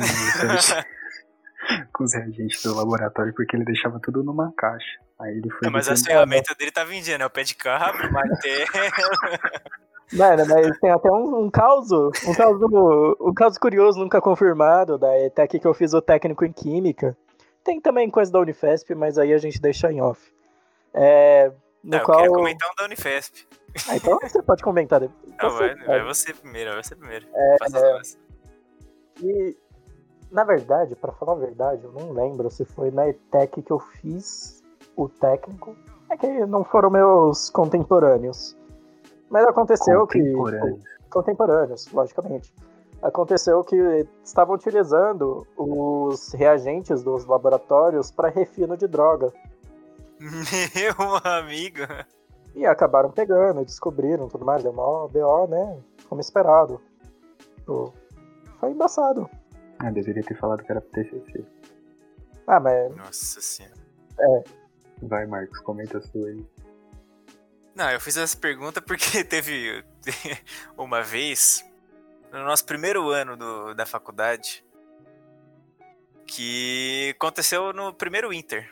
Speaker 2: os reagentes do laboratório, porque ele deixava tudo numa caixa. Aí ele foi...
Speaker 4: Mas as ferramentas dele tá vendendo, né? O pé de cabra, o martelo...
Speaker 1: Mano, mas tem até um caso curioso, nunca confirmado, da ETEC, que eu fiz o técnico em Química. Tem também coisa da Unifesp, mas aí a gente deixa em off.
Speaker 4: Eu quero comentar um da Unifesp.
Speaker 1: Então você pode comentar depois.
Speaker 4: Não, vai você primeiro.
Speaker 1: E, na verdade, pra falar a verdade, eu não lembro se foi na ETEC que eu fiz o técnico. É que não foram meus contemporâneos. Mas aconteceu contemporâneos, logicamente. Aconteceu que estavam utilizando os reagentes dos laboratórios para refino de droga.
Speaker 4: Meu amigo.
Speaker 1: E acabaram pegando, descobriram tudo mais, deu mó BO, né? Como esperado. Foi embaçado.
Speaker 2: Deveria ter falado que era pro TCC.
Speaker 1: Mas...
Speaker 4: Nossa senhora.
Speaker 2: Vai, Marcos, comenta a sua aí.
Speaker 4: Não, eu fiz essa pergunta porque teve uma vez, no nosso primeiro ano da faculdade, que aconteceu no primeiro Inter.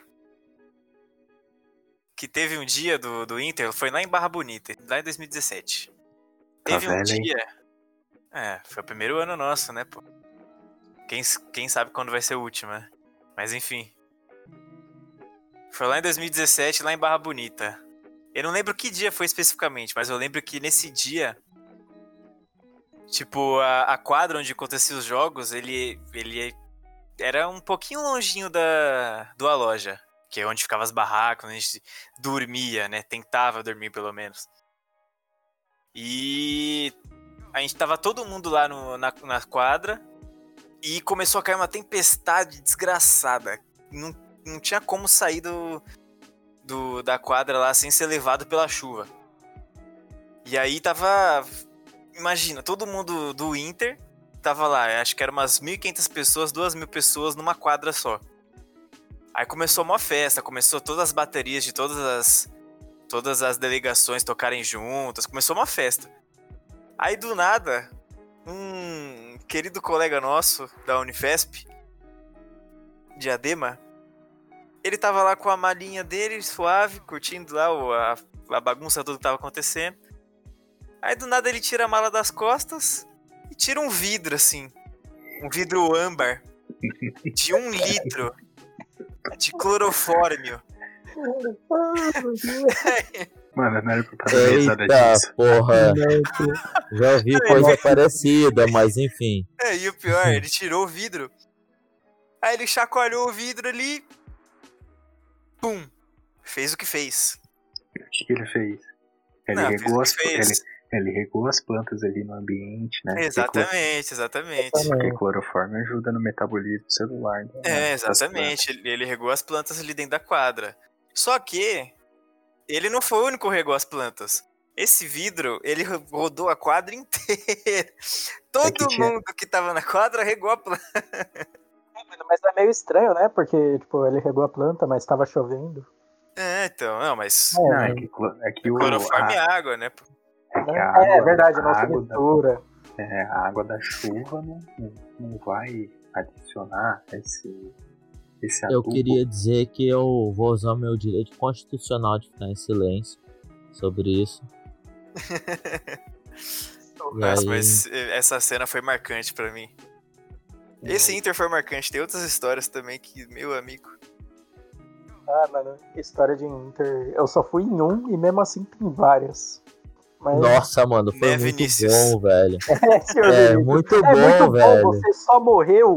Speaker 4: Que teve um dia do Inter, foi lá em Barra Bonita, lá em 2017. Teve um dia... foi o primeiro ano nosso, né, pô? Quem sabe quando vai ser o último, né? Mas enfim. Foi lá em 2017, lá em Barra Bonita. Eu não lembro que dia foi especificamente, mas eu lembro que nesse dia, tipo, a quadra onde aconteciam os jogos, ele era um pouquinho longinho da loja, que é onde ficavam as barracas, onde a gente dormia, né? Tentava dormir, pelo menos. E a gente tava todo mundo lá na quadra e começou a cair uma tempestade desgraçada. Não tinha como sair da quadra lá sem ser levado pela chuva. E aí tava... Imagina, todo mundo do Inter tava lá. Acho que eram umas 1.500 pessoas, 2.000 pessoas numa quadra só. Aí começou uma festa, começou todas as baterias de todas as delegações tocarem juntas, começou uma festa. Aí do nada, um querido colega nosso da Unifesp, Diadema, ele tava lá com a malinha dele, suave, curtindo lá a bagunça toda que tava acontecendo. Aí do nada ele tira a mala das costas e tira um vidro assim, um vidro âmbar de 1 litro de clorofórmio.
Speaker 2: Mano, não era pra eu estar risada
Speaker 3: Eita,
Speaker 2: disso.
Speaker 3: porra. Já vi coisa parecida, mas enfim.
Speaker 4: E o pior, ele tirou o vidro. Aí ele chacoalhou o vidro ali. Pum. Fez o que fez.
Speaker 2: O que ele fez? Ele regou as plantas ali no ambiente, né?
Speaker 4: Exatamente.
Speaker 2: Porque clorofórmio ajuda no metabolismo celular. Né?
Speaker 4: Exatamente. Ele regou as plantas ali dentro da quadra. Só que ele não foi o único que regou as plantas. Esse vidro, ele rodou a quadra inteira. Todo mundo que tava na quadra regou a planta.
Speaker 1: Mas é meio estranho, né? Porque, tipo, ele regou a planta, mas tava chovendo.
Speaker 4: Então, não, mas...
Speaker 2: Não, é que o
Speaker 4: clorofórmio é água, né?
Speaker 1: É verdade, não se mistura.
Speaker 2: A água da chuva não vai adicionar esse adubo.
Speaker 3: Eu queria dizer que eu vou usar o meu direito constitucional de ficar em silêncio sobre isso.
Speaker 4: Nossa, mas essa cena foi marcante pra mim. Esse Inter foi marcante. Tem outras histórias também que, meu amigo...
Speaker 1: Mano, história de Inter... Eu só fui em um e mesmo assim tem várias. Mas...
Speaker 3: Nossa, mano, foi muito bom, velho. Muito bom,
Speaker 1: muito
Speaker 3: velho.
Speaker 1: Bom, você só morreu...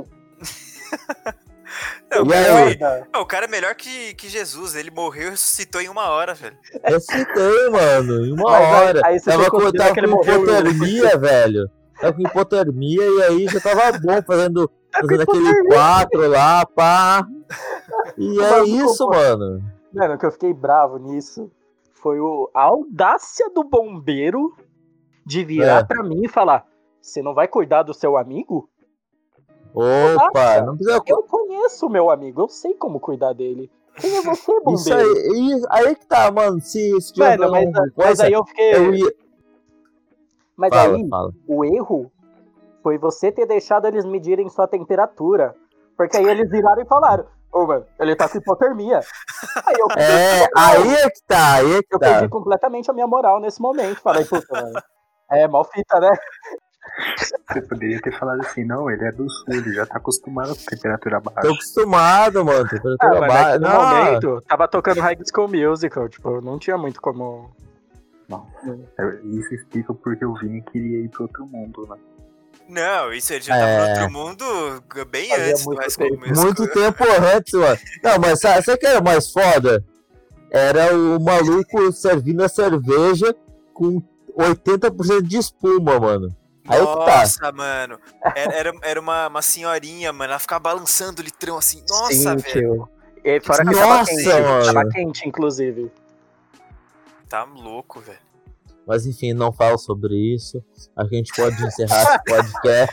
Speaker 4: O cara é melhor que Jesus. Ele morreu e ressuscitou em 1 hora, velho.
Speaker 3: Ressuscitei, mano, em 1 hora.
Speaker 1: Aí você
Speaker 3: tava com
Speaker 1: hipotermia,
Speaker 3: velho. Tava com hipotermia e aí já tava bom fazendo aquele 4 lá, pá. E é isso, mano.
Speaker 1: Mano, o que eu fiquei bravo nisso foi a audácia do bombeiro de virar pra mim e falar: você não vai cuidar do seu amigo?
Speaker 3: Opa, não precisa...
Speaker 1: Eu conheço o meu amigo, eu sei como cuidar dele. Quem é você, bombeiro?
Speaker 3: Isso aí que tá, mano. Se
Speaker 1: mano, mas aí eu fiquei... Mas
Speaker 3: fala.
Speaker 1: O erro foi você ter deixado eles medirem sua temperatura. Porque aí eles viraram e falaram: mano, ele tá com hipotermia.
Speaker 3: Aí é que tá.
Speaker 1: Eu perdi completamente a minha moral nesse momento. Falei, puta, mano. Mal fita, né?
Speaker 2: Você poderia ter falado assim: não, ele é do sul, ele já tá acostumado com temperatura baixa.
Speaker 3: Tô acostumado, mano, temperatura baixa.
Speaker 1: No momento, tava tocando High School Musical, tipo, não tinha muito como...
Speaker 2: Não, isso explica porque o Vini queria ir pro outro mundo, né?
Speaker 4: Não, isso ele já tava no outro mundo bem antes do High School Musical.
Speaker 3: Muito tempo antes, mano. Não, mas sabe o que era mais foda? Era o maluco servindo a cerveja com 80% de espuma, mano. Aí
Speaker 4: nossa, mano. Era uma senhorinha, mano. Ela ficava balançando o litrão assim. Nossa,
Speaker 1: sim,
Speaker 4: velho.
Speaker 1: E fora que tava quente, inclusive.
Speaker 4: Tá louco, velho.
Speaker 3: Mas enfim, não falo sobre isso. Acho que a gente pode encerrar esse podcast.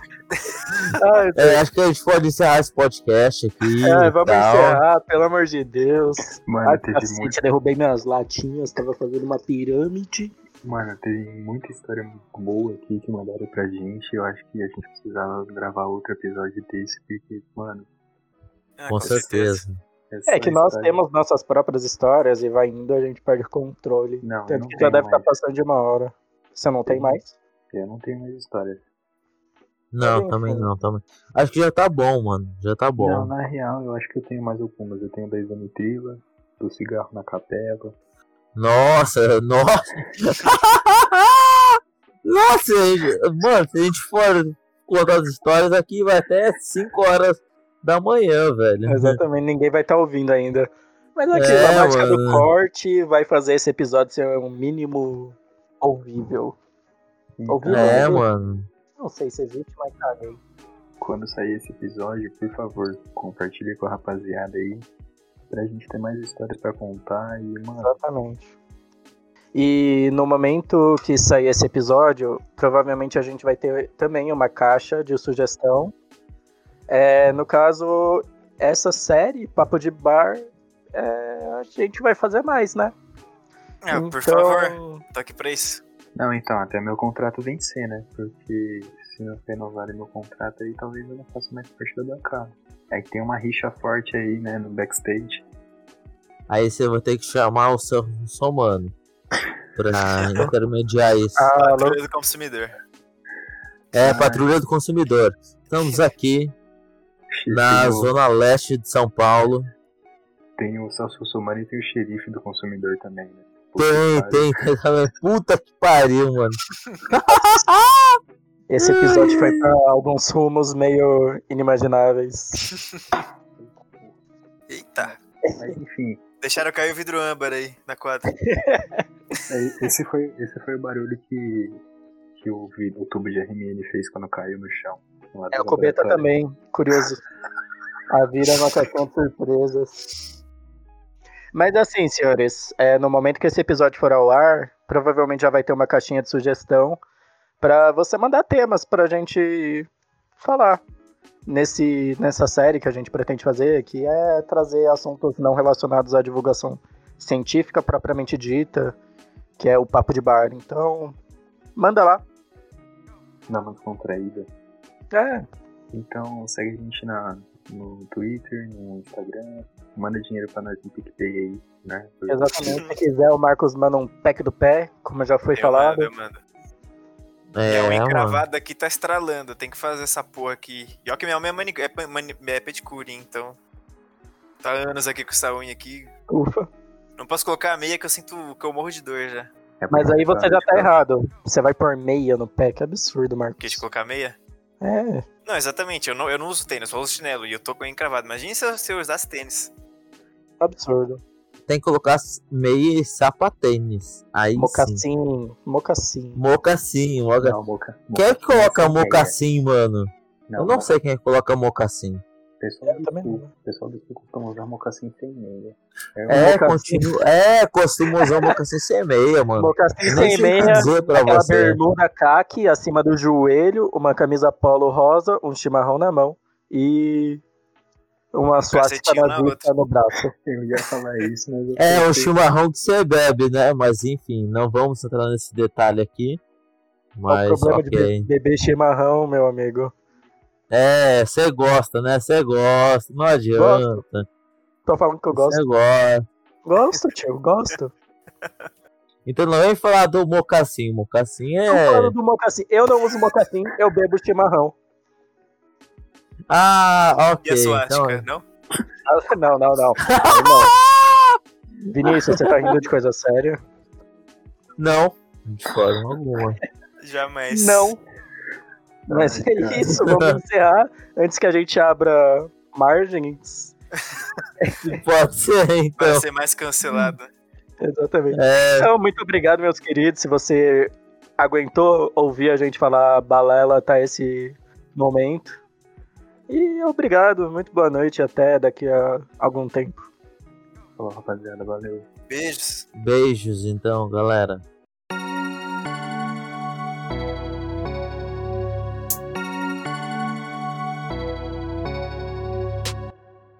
Speaker 3: Acho que a gente pode encerrar esse podcast aqui.
Speaker 1: Vamos encerrar, pelo amor de Deus.
Speaker 2: Mano,
Speaker 1: derrubei minhas latinhas, tava fazendo uma pirâmide.
Speaker 2: Mano, tem muita história boa aqui que mandaram pra gente. Eu acho que a gente precisava gravar outro episódio desse, porque, mano...
Speaker 3: com certeza.
Speaker 1: Que nós temos nossas próprias histórias e vai indo, a gente perde o controle. Tanto que já deve estar passando de 1 hora. Você não tem mais?
Speaker 2: Eu não tenho mais histórias.
Speaker 3: Não, também não. Acho que já tá bom, mano. Já tá bom.
Speaker 2: Não, na real, eu acho que eu tenho mais algumas. Eu tenho da Isonitrila, do cigarro na capela.
Speaker 3: Nossa! Nossa, mano, se a gente for contar as histórias aqui, vai até 5 horas da manhã, velho.
Speaker 1: Exatamente, ninguém vai estar ouvindo ainda. Mas aqui, a mágica do corte vai fazer esse episódio ser um mínimo ouvível.
Speaker 3: Mano.
Speaker 1: Não sei se existe, mas caguei.
Speaker 2: Quando sair esse episódio, por favor, compartilhe com a rapaziada aí, pra gente ter mais histórias pra contar e, mano...
Speaker 1: Exatamente. E no momento que sair esse episódio, provavelmente a gente vai ter também uma caixa de sugestão. No caso, essa série, Papo de Bar, a gente vai fazer mais, né?
Speaker 4: Por favor, tô aqui pra isso.
Speaker 2: Não, então, até meu contrato vencer, né? Porque se não renovarem meu contrato aí, talvez eu não faça mais parte da bancada. Aí tem uma rixa forte aí, né, no backstage.
Speaker 3: Aí você vai ter que chamar o seu mano pra intermediar isso.
Speaker 4: Patrulha do consumidor.
Speaker 3: Patrulha do consumidor. Estamos aqui na zona leste de São Paulo.
Speaker 2: Tem o Celso Russomano e tem o xerife do consumidor também, né?
Speaker 3: Tem. Puta que pariu, mano.
Speaker 1: Esse episódio foi pra alguns rumos meio inimagináveis.
Speaker 4: Eita.
Speaker 2: Mas enfim.
Speaker 4: Deixaram cair o vidro âmbar aí na quadra.
Speaker 2: Esse foi o barulho que o tubo de RMN fez quando caiu no chão.
Speaker 1: O Cobeta também, curioso. A vida é uma caixinha de surpresas. Mas assim, senhores, no momento que esse episódio for ao ar, provavelmente já vai ter uma caixinha de sugestão pra você mandar temas pra gente falar nessa série que a gente pretende fazer, que é trazer assuntos não relacionados à divulgação científica propriamente dita, que é o Papo de Bar. Então, manda lá.
Speaker 2: Dá uma descontraída. Então, segue a gente no Twitter, no Instagram. Manda dinheiro pra nós no PicPay aí, né?
Speaker 1: Exatamente. Se quiser, o Marcos manda um pack do pé, como já foi falado.
Speaker 4: Eu mando. Minha unha cravada aqui tá estralando. Tem que fazer essa porra aqui. E olha que minha unha é pedicure, então. Tá anos aqui com essa unha aqui.
Speaker 1: Ufa.
Speaker 4: Não posso colocar a meia que eu sinto que eu morro de dor já.
Speaker 1: Mas aí você já tá errado. Você vai pôr meia no pé, que absurdo, Marcos.
Speaker 4: Quer te colocar meia?
Speaker 1: Não,
Speaker 4: exatamente. Eu não uso tênis, eu só uso chinelo. E eu tô com a unha encravada. Imagina se eu usasse tênis.
Speaker 1: Absurdo.
Speaker 3: Tem que colocar meia e sapatênis. Aí
Speaker 1: mocassim.
Speaker 3: Mocassim.
Speaker 2: Não,
Speaker 3: Quem é que coloca mocassim, mano? Eu não sei quem é que coloca mocassim.
Speaker 2: Pessoal do sul costuma usar mocassim sem meia.
Speaker 3: Costuma usar mocassim sem meia, mano.
Speaker 1: Mocassim sem meia, aquela bermuda caque acima do joelho, uma camisa polo rosa, um chimarrão na mão e uma suástica nazista no braço.
Speaker 2: Eu ia falar isso, mas...
Speaker 3: o chimarrão que você bebe, né? Mas enfim, não vamos entrar nesse detalhe aqui. Mas
Speaker 1: o problema de beber chimarrão, meu amigo.
Speaker 3: Você gosta, né? Você gosta, não adianta.
Speaker 1: Gosto. Tô falando que eu gosto.
Speaker 3: Você gosta.
Speaker 1: Gosto, tio, gosto.
Speaker 3: Então não vem falar do mocassim. Mocassim
Speaker 1: Tô falando do mocassim. Eu não uso mocassim, eu bebo chimarrão.
Speaker 3: Ok.
Speaker 4: E a suástica,
Speaker 3: então...
Speaker 1: não? Não. Vinícius, você tá rindo de coisa séria?
Speaker 3: Não, de forma alguma.
Speaker 4: Jamais.
Speaker 1: Não. Mas é isso, vamos encerrar antes que a gente abra margens.
Speaker 3: Pode ser, então.
Speaker 4: Para ser mais cancelado.
Speaker 1: Exatamente. Então, muito obrigado, meus queridos. Se você aguentou ouvir a gente falar balela até esse momento. E obrigado, muito boa noite, até daqui a algum tempo.
Speaker 2: Falou, rapaziada, valeu.
Speaker 4: Beijos.
Speaker 3: Beijos, então, galera.